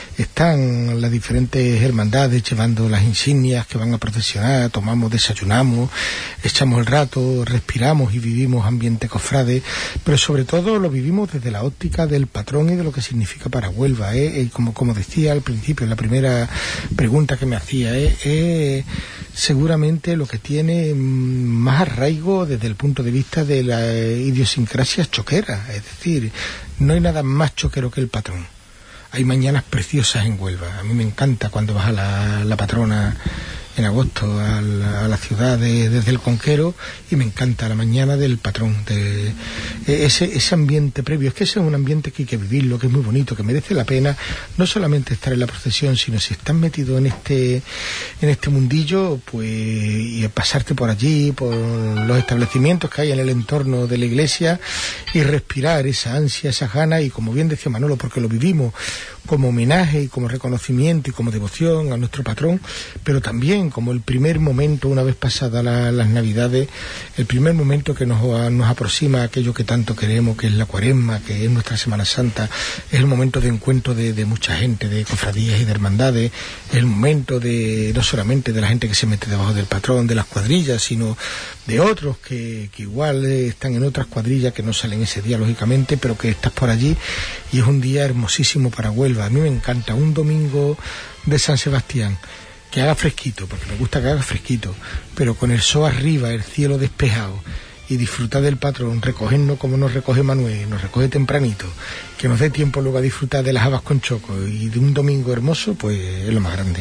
Están las diferentes hermandades llevando las insignias que van a procesionar, tomamos, desayunamos, echamos el rato, respiramos y vivimos ambiente cofrade, pero sobre todo lo vivimos desde la óptica del patrón y de lo que significa para Huelva, ¿eh? Y como, como decía al principio, en la primera pregunta que me hacía, ¿eh? Eh, seguramente lo que tiene más arraigo desde el punto de vista de la idiosincrasia choquera, es decir, no hay nada más choquero que el patrón. Hay mañanas preciosas en Huelva. A mí me encanta cuando baja la, la patrona en agosto a la, a la ciudad de, desde el Conquero, y me encanta la mañana del patrón, de ese, ese ambiente previo. Es que ese es un ambiente que hay que vivirlo, que es muy bonito, que merece la pena no solamente estar en la procesión, sino si estás metido en este en este mundillo, pues, y pasarte por allí, por los establecimientos que hay en el entorno de la iglesia, y respirar esa ansia, esa gana, y como bien decía Manolo, porque lo vivimos como homenaje y como reconocimiento y como devoción a nuestro patrón, pero también como el primer momento, una vez pasadas la, las Navidades, el primer momento que nos, nos aproxima a aquello que tanto queremos, que es la Cuaresma, que es nuestra Semana Santa. Es el momento de encuentro de, de mucha gente, de cofradías y de hermandades. Es el momento de no solamente de la gente que se mete debajo del patrón, de las cuadrillas, sino de otros que, que igual están en otras cuadrillas que no salen ese día, lógicamente, pero que estás por allí, y es un día hermosísimo para Huelva. A mí me encanta un domingo de San Sebastián, que haga fresquito, porque me gusta que haga fresquito, pero con el sol arriba, el cielo despejado, y disfrutar del patrón, recogernos como nos recoge Manuel, nos recoge tempranito, que nos dé tiempo luego a disfrutar de las habas con choco y de un domingo hermoso, pues es lo más grande.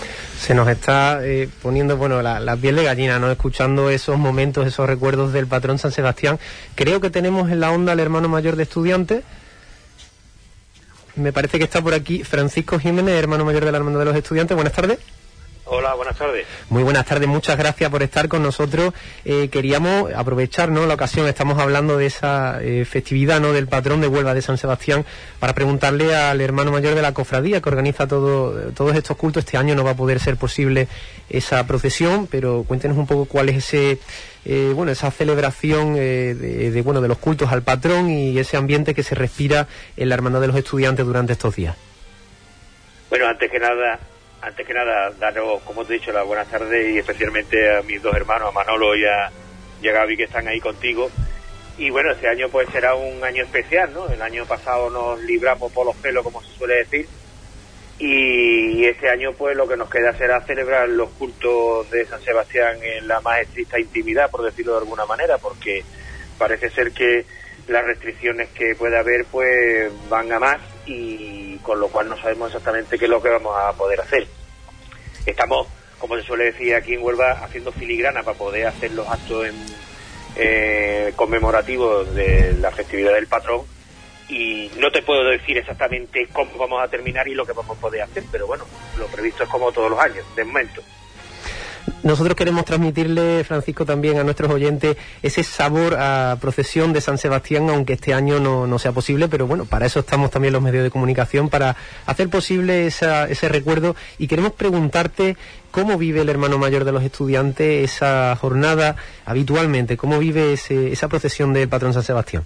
Se nos está eh, poniendo, bueno, la, la piel de gallina, ¿no? Escuchando esos momentos, esos recuerdos del patrón San Sebastián. Creo que tenemos en la onda al hermano mayor de estudiantes. Me parece que está por aquí Francisco Jiménez, hermano mayor de la Hermandad de los Estudiantes. Buenas tardes. Hola, buenas tardes. Muy buenas tardes, muchas gracias por estar con nosotros. Eh, queríamos aprovechar, ¿no?, la ocasión, estamos hablando de esa eh, festividad, ¿no?, del patrón de Huelva de San Sebastián, para preguntarle al hermano mayor de la cofradía que organiza todo, todos estos cultos. Este año no va a poder ser posible esa procesión, pero cuéntenos un poco cuál es ese, eh, bueno, esa celebración eh, de, de, bueno, de los cultos al patrón y ese ambiente que se respira en la Hermandad de los Estudiantes durante estos días. Bueno, antes que nada... Antes que nada, daros, como te he dicho, las buenas tardes y especialmente a mis dos hermanos, a Manolo y a, y a Gaby, que están ahí contigo. Y bueno, este año pues será un año especial, ¿no? El año pasado nos libramos por los pelos, como se suele decir, y este año pues lo que nos queda será celebrar los cultos de San Sebastián en la más estricta intimidad, por decirlo de alguna manera, porque parece ser que las restricciones que puede haber pues van a más, y con lo cual no sabemos exactamente qué es lo que vamos a poder hacer. Estamos, como se suele decir aquí en Huelva, haciendo filigrana para poder hacer los actos en, eh, conmemorativos de la festividad del patrón, y no te puedo decir exactamente cómo vamos a terminar y lo que vamos a poder hacer, pero bueno, lo previsto es como todos los años, de momento. Nosotros queremos transmitirle, Francisco, también a nuestros oyentes ese sabor a procesión de San Sebastián, aunque este año no, no sea posible, pero bueno, para eso estamos también los medios de comunicación, para hacer posible esa, ese recuerdo. Y queremos preguntarte cómo vive el hermano mayor de los estudiantes esa jornada habitualmente, cómo vive ese, esa procesión del patrón San Sebastián.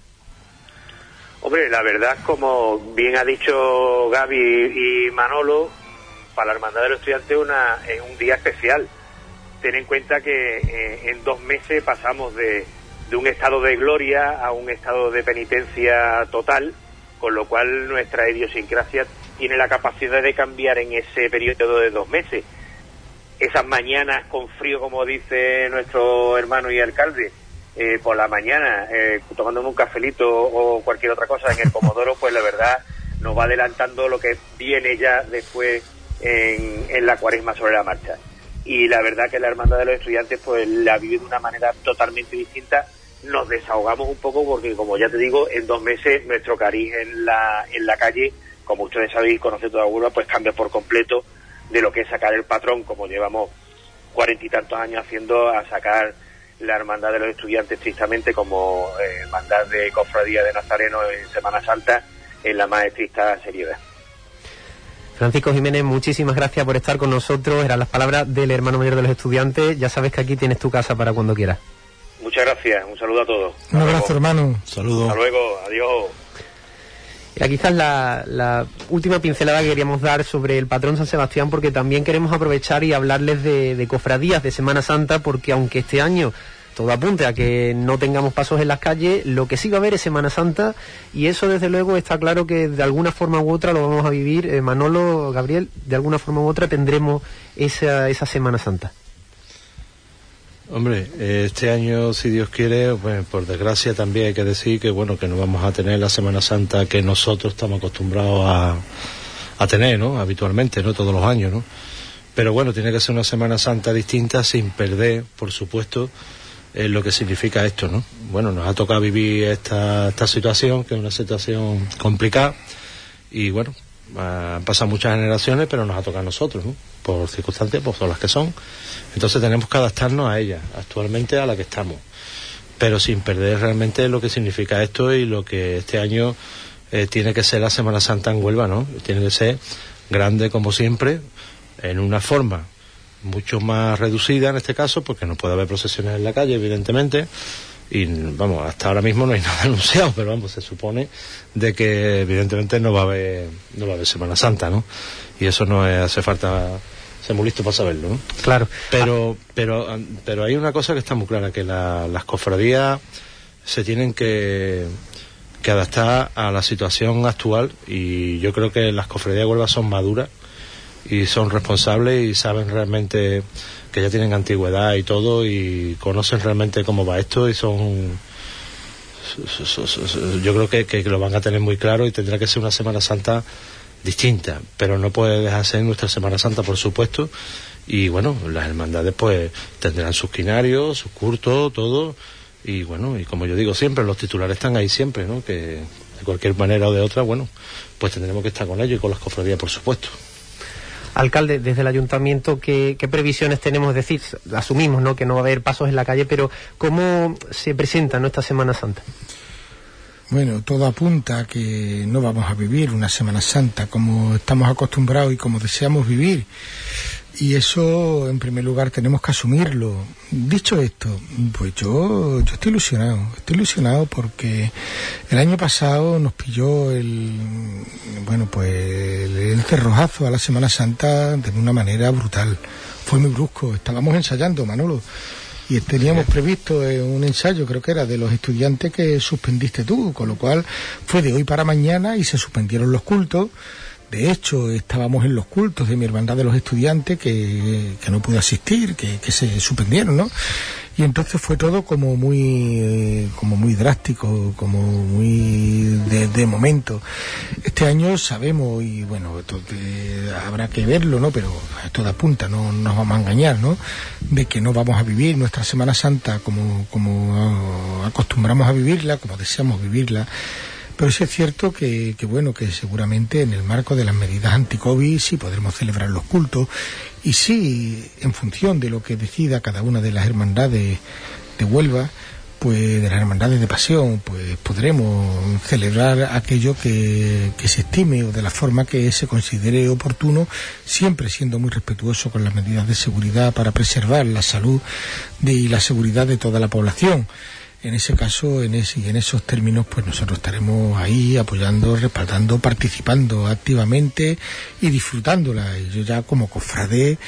Hombre, la verdad, como bien ha dicho Gaby y Manolo, para la Hermandad de los Estudiantes una, es un día especial. Ten en cuenta que eh, en dos meses pasamos de, de un estado de gloria a un estado de penitencia total, con lo cual nuestra idiosincrasia tiene la capacidad de cambiar en ese periodo de dos meses. Esas mañanas con frío, como dice nuestro hermano y alcalde, eh, por la mañana, eh, tomándome un cafelito o cualquier otra cosa en el Comodoro, pues la verdad nos va adelantando lo que viene ya después en, en la Cuaresma sobre la marcha. Y la verdad que la Hermandad de los Estudiantes pues la vive de una manera totalmente distinta. Nos desahogamos un poco porque, como ya te digo, en dos meses nuestro cariz en la en la calle, como ustedes sabéis, conocen toda Huelva, pues cambia por completo de lo que es sacar el patrón, como llevamos cuarenta y tantos años haciendo, a sacar la Hermandad de los Estudiantes tristemente como eh, hermandad de cofradía de Nazareno en Semana Santa en la más estricta seriedad. Francisco Jiménez, muchísimas gracias por estar con nosotros. Eran las palabras del hermano mayor de los estudiantes. Ya sabes que aquí tienes tu casa para cuando quieras. Muchas gracias, un saludo a todos. Un abrazo, hermano. Saludos. Hasta luego, adiós. Ya quizás la, la última pincelada que queríamos dar sobre el patrón San Sebastián, porque también queremos aprovechar y hablarles de, de cofradías de Semana Santa, porque aunque este año todo apunte a que no tengamos pasos en las calles, lo que sí va a haber es Semana Santa, y eso desde luego está claro que de alguna forma u otra lo vamos a vivir. eh, Manolo, Gabriel, de alguna forma u otra tendremos esa, esa Semana Santa. Hombre, este año, si Dios quiere, pues por desgracia también hay que decir que bueno, que no vamos a tener la Semana Santa que nosotros estamos acostumbrados a, a tener, ¿no? Habitualmente, ¿no? Todos los años, ¿no? Pero bueno, tiene que ser una Semana Santa distinta, sin perder, por supuesto, eh, lo que significa esto, ¿no? Bueno, nos ha tocado vivir esta, esta situación, que es una situación complicada, y bueno, han pasado muchas generaciones, pero nos ha tocado a nosotros, ¿no? Por circunstancias, pues son las que son. Entonces tenemos que adaptarnos a ellas, actualmente a la que estamos, pero sin perder realmente lo que significa esto y lo que este año eh, tiene que ser la Semana Santa en Huelva, ¿no? Tiene que ser grande como siempre, en una forma mucho más reducida en este caso, porque no puede haber procesiones en la calle, evidentemente, y vamos, hasta ahora mismo no hay nada anunciado, pero vamos, se supone de que evidentemente no va a haber no va a haber Semana Santa, ¿no? Y eso no es, hace falta ser muy listo para saberlo, ¿no? Claro. Pero pero pero hay una cosa que está muy clara, que la, las cofradías se tienen que que adaptar a la situación actual, y yo creo que las cofradías de Huelva son maduras y son responsables y saben realmente que ya tienen antigüedad y todo, y conocen realmente cómo va esto, y son yo creo que, que lo van a tener muy claro, y tendrá que ser una Semana Santa distinta, pero no puede dejar de ser nuestra Semana Santa, por supuesto. Y bueno, las hermandades pues tendrán sus quinarios, sus cultos, todo, y bueno, y como yo digo siempre, los titulares están ahí siempre, ¿no? Que de cualquier manera o de otra, bueno, pues tendremos que estar con ellos y con las cofradías, por supuesto. Alcalde, desde el ayuntamiento, ¿qué, qué previsiones tenemos? Es decir, asumimos, ¿no?, que no va a haber pasos en la calle, pero ¿cómo se presenta, ¿no?, esta Semana Santa? Bueno, todo apunta a que no vamos a vivir una Semana Santa como estamos acostumbrados y como deseamos vivir. Y eso, en primer lugar, tenemos que asumirlo. Dicho esto, pues yo, yo estoy ilusionado. Estoy ilusionado porque el año pasado nos pilló el, bueno, pues el, el cerrojazo a la Semana Santa de una manera brutal. Fue muy brusco. Estábamos ensayando, Manolo, y teníamos previsto un ensayo, creo que era de los estudiantes que suspendiste tú, con lo cual fue de hoy para mañana y se suspendieron los cultos. De hecho, estábamos en los cultos de mi hermandad de los estudiantes que, que no pude asistir, que, que se suspendieron, ¿no? Y entonces fue todo como muy eh, como muy drástico, como muy de, de momento. Este año sabemos, y bueno, esto, eh, habrá que verlo, ¿no? Pero esto da punta, no nos vamos a engañar, ¿no? De que no vamos a vivir nuestra Semana Santa como, como acostumbramos a vivirla, como deseamos vivirla. Pero sí es cierto que, que, bueno, que seguramente en el marco de las medidas anti-COVID sí podremos celebrar los cultos y sí, en función de lo que decida cada una de las hermandades de Huelva, pues de las hermandades de pasión, pues podremos celebrar aquello que, que se estime o de la forma que se considere oportuno, siempre siendo muy respetuoso con las medidas de seguridad para preservar la salud de, y la seguridad de toda la población. En ese caso, en, ese, en esos términos, pues nosotros estaremos ahí apoyando, respaldando, participando activamente y disfrutándola. Y yo ya como cofrade,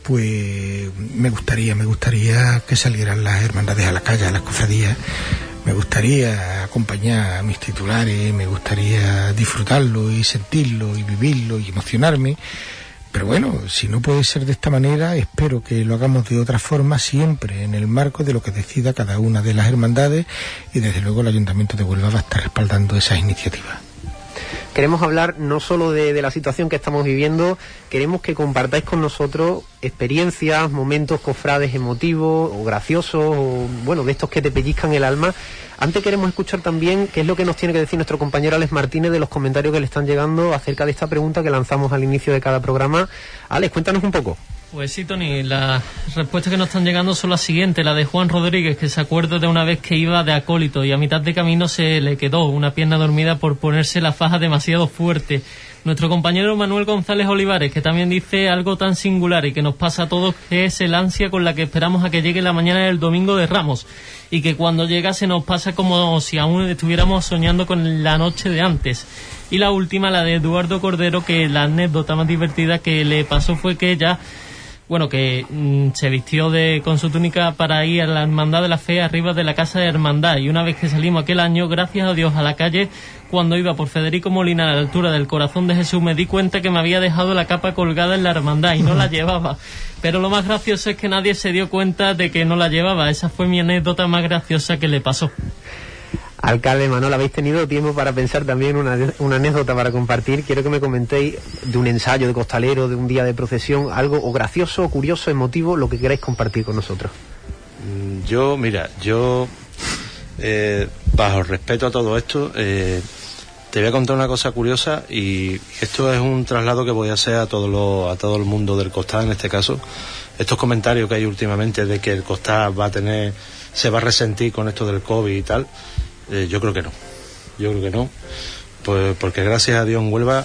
pues me gustaría, me gustaría que salieran las hermandades a la calle, a las cofradías. Me gustaría acompañar a mis titulares, me gustaría disfrutarlo y sentirlo y vivirlo y emocionarme. Pero bueno, si no puede ser de esta manera, espero que lo hagamos de otra forma, siempre en el marco de lo que decida cada una de las hermandades, y desde luego el Ayuntamiento de Huelva va a estar respaldando esas iniciativas. Queremos hablar no solo de, de la situación que estamos viviendo, queremos que compartáis con nosotros experiencias, momentos cofrades emotivos o graciosos, o bueno, de estos que te pellizcan el alma. Antes queremos escuchar también qué es lo que nos tiene que decir nuestro compañero Alex Martínez de los comentarios que le están llegando acerca de esta pregunta que lanzamos al inicio de cada programa. Alex, cuéntanos un poco. Pues sí, Tony, las respuestas que nos están llegando son las siguientes. La de Juan Rodríguez, que se acuerda de una vez que iba de acólito y a mitad de camino se le quedó una pierna dormida por ponerse la faja demasiado fuerte. Nuestro compañero Manuel González Olivares, que también dice algo tan singular y que nos pasa a todos, que es el ansia con la que esperamos a que llegue la mañana del Domingo de Ramos, y que cuando llega se nos pasa como si aún estuviéramos soñando con la noche de antes. Y la última, la de Eduardo Cordero, que la anécdota más divertida que le pasó fue que ella, bueno, que mmm, se vistió de con su túnica para ir a la Hermandad de la Fe arriba de la Casa de Hermandad, y una vez que salimos aquel año, gracias a Dios, a la calle, cuando iba por Federico Molina a la altura del Corazón de Jesús, me di cuenta que me había dejado la capa colgada en la hermandad y no la llevaba. Pero lo más gracioso es que nadie se dio cuenta de que no la llevaba. Esa fue mi anécdota más graciosa que le pasó. Alcalde Manuel, habéis tenido tiempo para pensar también una, una anécdota para compartir. Quiero que me comentéis de un ensayo de costalero, de un día de procesión, algo o gracioso, o curioso, emotivo, lo que queráis compartir con nosotros. Yo, mira, yo, eh, bajo respeto a todo esto, eh, te voy a contar una cosa curiosa, y esto es un traslado que voy a hacer a todo, lo, a todo el mundo del Costal, en este caso. Estos comentarios que hay últimamente de que el Costal va a tener, se va a resentir con esto del COVID y tal, eh, yo creo que no. Yo creo que no. Pues porque gracias a Dios en Huelva,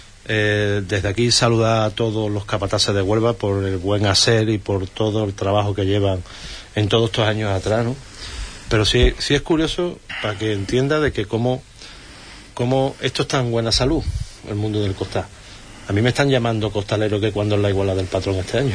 eh, desde aquí saludar a todos los capataces de Huelva por el buen hacer y por todo el trabajo que llevan en todos estos años atrás, ¿no? Pero sí, sí es curioso para que entienda de que cómo, cómo esto está en buena salud, el mundo del Costal. A mí me están llamando costalero que cuando es la igualdad del patrón este año.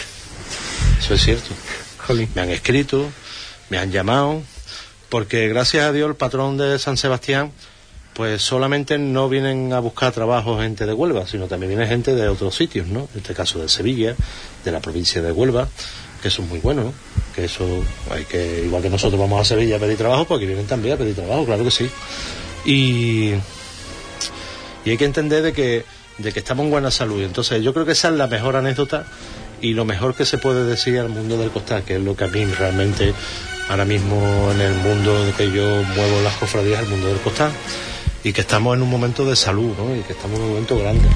Eso es cierto. Jolín. Me han escrito, me han llamado, porque gracias a Dios el patrón de San Sebastián, pues solamente no vienen a buscar trabajo gente de Huelva, sino también viene gente de otros sitios, ¿no? En este caso de Sevilla, de la provincia de Huelva, que eso es muy bueno, ¿no? Que eso hay que, igual que nosotros vamos a Sevilla a pedir trabajo, pues que vienen también a pedir trabajo, claro que sí. Y, y hay que entender de que, de que estamos en buena salud. Entonces yo creo que esa es la mejor anécdota y lo mejor que se puede decir al mundo del Costal, que es lo que a mí realmente ahora mismo en el mundo de que yo muevo las cofradías, el mundo del Costal, y que estamos en un momento de salud, ¿no? Y que estamos en un momento grande.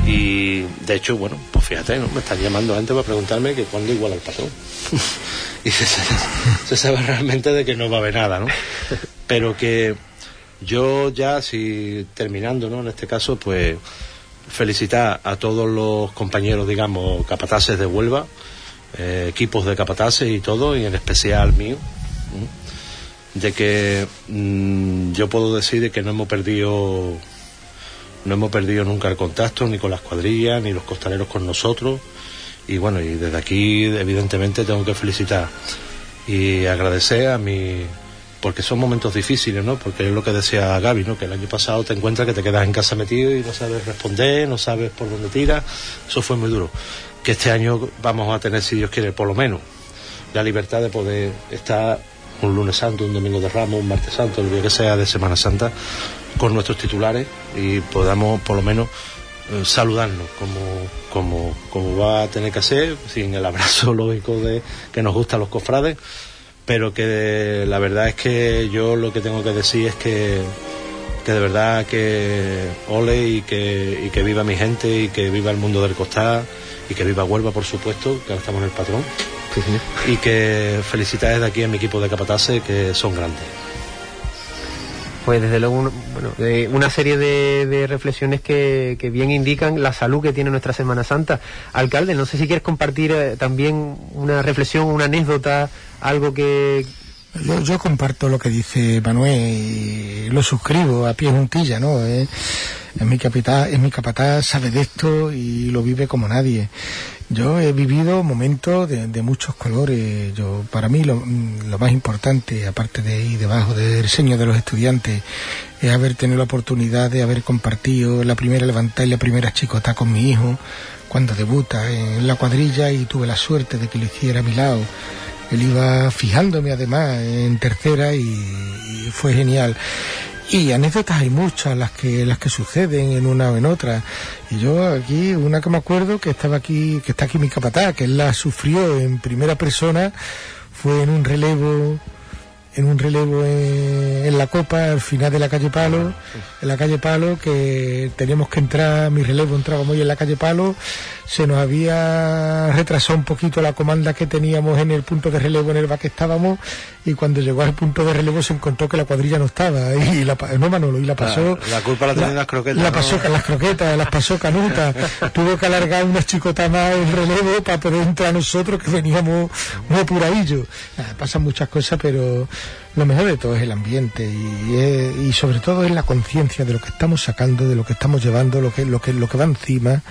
Y de hecho, bueno, pues fíjate, ¿no? Me están llamando antes para preguntarme que cuándo iguala el patrón. Y se, se sabe realmente de que no va a haber nada, ¿no? Pero que yo ya, si terminando, ¿no? En este caso, pues felicitar a todos los compañeros, digamos, capataces de Huelva, eh, equipos de capataces y todo, y en especial mío, ¿sí? De que mmm, yo puedo decir de que no hemos perdido no hemos perdido nunca el contacto, ni con las cuadrillas, ni los costaleros con nosotros. Y bueno, y desde aquí evidentemente tengo que felicitar y agradecer a mi, porque son momentos difíciles, ¿no? Porque es lo que decía Gaby, ¿no? Que el año pasado te encuentras que te quedas en casa metido y no sabes responder, no sabes por dónde tiras. Eso fue muy duro. Que este año vamos a tener, si Dios quiere, por lo menos la libertad de poder estar un lunes santo, un domingo de Ramos, un martes santo, el día que sea de Semana Santa, con nuestros titulares y podamos por lo menos eh, saludarnos como, como, como va a tener que hacer, sin el abrazo lógico de que nos gustan los cofrades, pero que la verdad es que yo lo que tengo que decir es que, que de verdad que ole y que, y que viva mi gente y que viva el mundo del costal y que viva Huelva, por supuesto, que ahora estamos en el patrón. Sí, sí. Y que felicidades de aquí a mi equipo de capataces, que son grandes. Pues desde luego, un, bueno, de una serie de, de reflexiones que, que bien indican la salud que tiene nuestra Semana Santa. Alcalde, no sé si quieres compartir eh, también una reflexión, una anécdota, algo que... Yo, yo comparto lo que dice Manuel y lo suscribo a pie juntilla, ¿no? Eh, es mi capataz, es mi capataz, sabe de esto y lo vive como nadie. Yo he vivido momentos de, de muchos colores. Yo, para mí lo, lo más importante, aparte de ir debajo del diseño de los estudiantes, es haber tenido la oportunidad de haber compartido la primera levantada y la primera chicota con mi hijo cuando debuta en la cuadrilla, y tuve la suerte de que lo hiciera a mi lado. Él iba fijándome además en tercera y, y fue genial. Y anécdotas hay muchas, las que las que suceden en una o en otra. Y yo aquí, una que me acuerdo, que estaba aquí, que está aquí mi capataz, que él la sufrió en primera persona, fue en un relevo, en un relevo en, en la Copa, al final de la calle Palo, en la calle Palo, que teníamos que entrar, mi relevo entrábamos hoy en la calle Palo, se nos había retrasado un poquito la comanda que teníamos en el punto de relevo en el bar que estábamos, y cuando llegó al punto de relevo se encontró que la cuadrilla no estaba, y la, no Manolo, y la pasó... La, la culpa la tenían las croquetas. La ¿no? pasó con las croquetas, las pasó canuta, tuvo que alargar unas chicotas más el relevo para poder entrar nosotros, que veníamos muy apuradillos. Nada, pasan muchas cosas, pero lo mejor de todo es el ambiente, y, es, y sobre todo es la conciencia de lo que estamos sacando, de lo que estamos llevando, lo que, lo que, lo que va encima,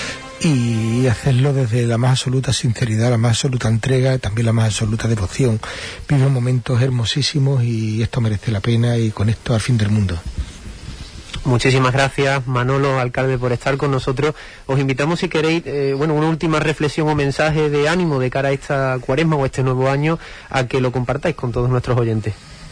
y hacerlo desde la más absoluta sinceridad, la más absoluta entrega, también la más absoluta devoción. Vivo momentos hermosísimos y esto merece la pena, y con esto al fin del mundo. Muchísimas gracias, Manolo, alcalde, por estar con nosotros. Os invitamos, si queréis, eh, bueno, una última reflexión o mensaje de ánimo de cara a esta cuaresma o este nuevo año, a que lo compartáis con todos nuestros oyentes.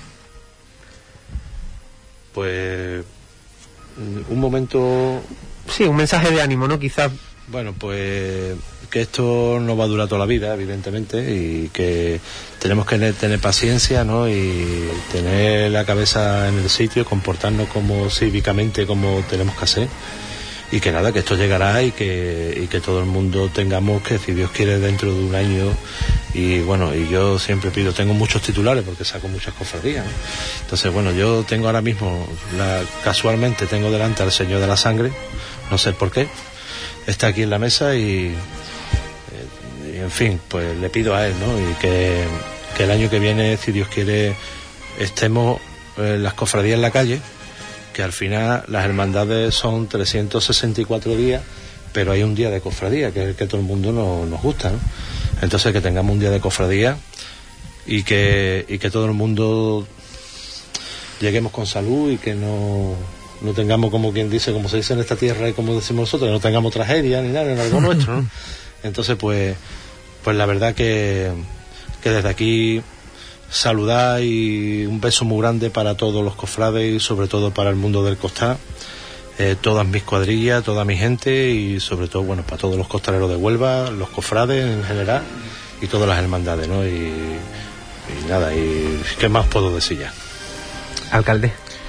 Pues un momento... Sí, un mensaje de ánimo, ¿no? Quizás... Bueno, pues que esto no va a durar toda la vida, evidentemente, y que tenemos que tener paciencia, ¿no? Y tener la cabeza en el sitio, comportarnos como cívicamente como tenemos que hacer, y que nada, que esto llegará, y que y que todo el mundo tengamos, que si Dios quiere, dentro de un año. Y bueno, y yo siempre pido, tengo muchos titulares porque saco muchas cofradías, ¿no? Entonces, bueno, yo tengo ahora mismo, la, casualmente tengo delante al Señor de la Sangre, no sé por qué, está aquí en la mesa, y, y en fin, pues le pido a él, ¿no? Y que, que el año que viene, si Dios quiere, estemos eh, las cofradías en la calle, que al final las hermandades son trescientos sesenta y cuatro días, pero hay un día de cofradía, que es el que todo el mundo no, nos gusta, ¿no? Entonces, que tengamos un día de cofradía, y que, y que todo el mundo lleguemos con salud, y que no... no tengamos, como quien dice, como se dice en esta tierra y como decimos nosotros, que no tengamos tragedia ni nada en algo nuestro, ¿no? Entonces, pues pues la verdad que, que desde aquí saludar, y un beso muy grande para todos los cofrades y sobre todo para el mundo del costal, eh, todas mis cuadrillas, toda mi gente, y sobre todo, bueno, para todos los costaleros de Huelva, los cofrades en general y todas las hermandades, ¿no? Y, y nada, y ¿qué más puedo decir ya? Alcalde.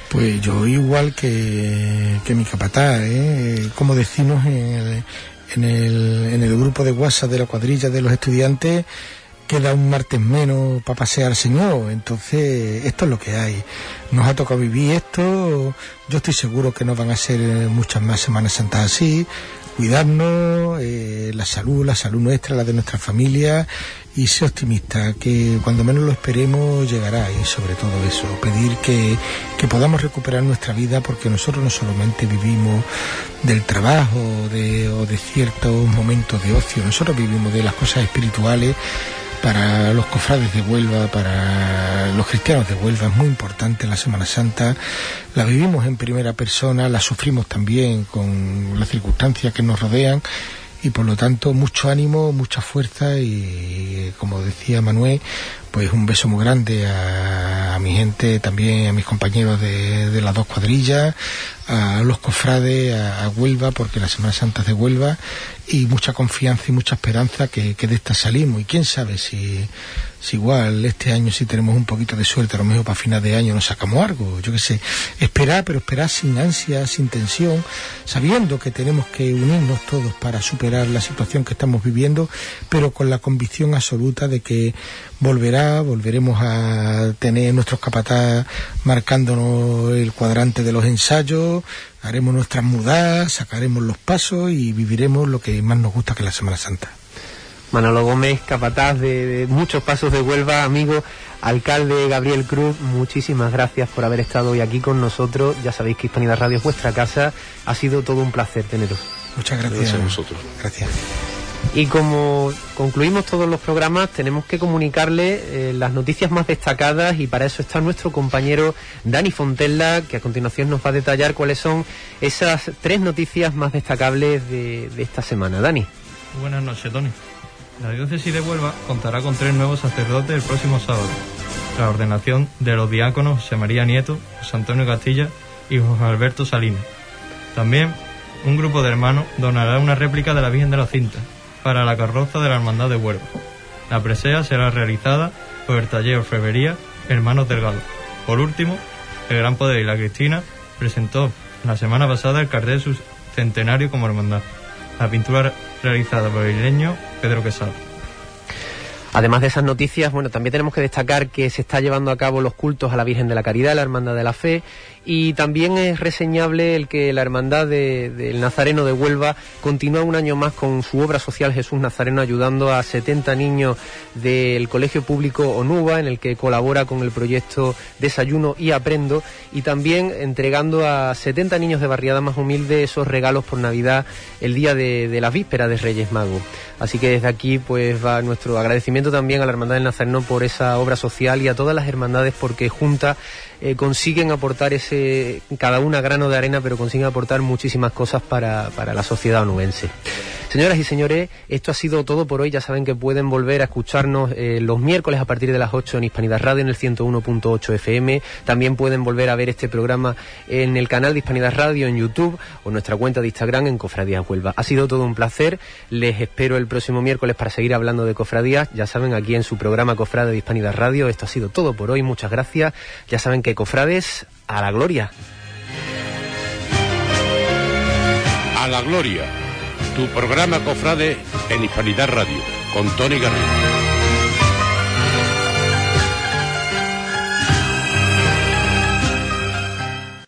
Pues yo igual que, que mi capataz, ¿eh? Como decimos en el, en, el, en el grupo de WhatsApp de la cuadrilla de los estudiantes, queda un martes menos para pasear al Señor. Entonces esto es lo que hay, nos ha tocado vivir esto. Yo estoy seguro que no van a ser muchas más Semanas Santas así. Cuidarnos, eh, la salud, la salud nuestra, la de nuestra familia, y ser optimista, que cuando menos lo esperemos llegará. Y sobre todo eso, pedir que, que podamos recuperar nuestra vida, porque nosotros no solamente vivimos del trabajo de, o de ciertos momentos de ocio, nosotros vivimos de las cosas espirituales. Para los cofrades de Huelva, para los cristianos de Huelva, es muy importante la Semana Santa. La vivimos en primera persona, la sufrimos también con las circunstancias que nos rodean, y por lo tanto mucho ánimo, mucha fuerza, y como decía Manuel, pues un beso muy grande a, a mi gente, también a mis compañeros de, de las dos cuadrillas, a los cofrades, a, a Huelva, porque la Semana Santa es de Huelva, y mucha confianza y mucha esperanza que, que de esta salimos. Y quién sabe si, si igual este año, si tenemos un poquito de suerte, a lo mejor para final de año nos sacamos algo, yo qué sé. Esperar, pero esperar sin ansia, sin tensión, sabiendo que tenemos que unirnos todos para superar la situación que estamos viviendo, pero con la convicción absoluta de que volverá, volveremos a tener nuestros capataz marcándonos el cuadrante de los ensayos, haremos nuestras mudadas, sacaremos los pasos y viviremos lo que más nos gusta, que es la Semana Santa. Manolo Gómez, capataz de, de muchos pasos de Huelva, amigo, alcalde Gabriel Cruz, muchísimas gracias por haber estado hoy aquí con nosotros. Ya sabéis que Hispanidad Radio es vuestra casa, ha sido todo un placer teneros. Muchas gracias. Gracias a vosotros. Gracias. Y como concluimos todos los programas, tenemos que comunicarle eh, las noticias más destacadas, y para eso está nuestro compañero Dani Fontella, que a continuación nos va a detallar cuáles son esas tres noticias más destacables de, de esta semana. Dani. Buenas noches, Tony. La diócesis de Huelva contará con tres nuevos sacerdotes el próximo sábado. La ordenación de los diáconos José María Nieto, José Antonio Castilla y José Alberto Salinas. También un grupo de hermanos donará una réplica de la Virgen de la Cinta para la carroza de la Hermandad de Huelva. La presea será realizada por el taller Orfebrería Hermanos Delgado. Por último, el Gran Poder y la Cristina presentó la semana pasada el cartel de su centenario como hermandad. La pintura realizada por el isleño Pedro Quesada. Además de esas noticias, bueno, también tenemos que destacar que se está llevando a cabo los cultos a la Virgen de la Caridad, la Hermandad de la Fe, y también es reseñable el que la Hermandad de, del Nazareno de Huelva continúa un año más con su obra social Jesús Nazareno, ayudando a setenta niños del Colegio Público Onuba, en el que colabora con el proyecto Desayuno y Aprendo, y también entregando a setenta niños de barriada más humilde esos regalos por Navidad el día de, de la víspera de Reyes Magos. Así que desde aquí pues va nuestro agradecimiento también a la Hermandad del Nazareno por esa obra social, y a todas las hermandades, porque juntas eh, consiguen aportar ese, cada una grano de arena, pero consiguen aportar muchísimas cosas para, para la sociedad onubense. Señoras y señores, esto ha sido todo por hoy. Ya saben que pueden volver a escucharnos eh, los miércoles a partir de las ocho en Hispanidad Radio, en el ciento uno punto ocho F M. También pueden volver a ver este programa en el canal de Hispanidad Radio en YouTube, o en nuestra cuenta de Instagram en Cofradías Huelva. Ha sido todo un placer. Les espero el próximo miércoles para seguir hablando de cofradías. Ya saben, aquí en su programa Cofrade de Hispanidad Radio. Esto ha sido todo por hoy. Muchas gracias. Ya saben que cofrades, a la gloria. A la gloria. Tu programa Cofrade en Hispanidad Radio, con Tony Garrido.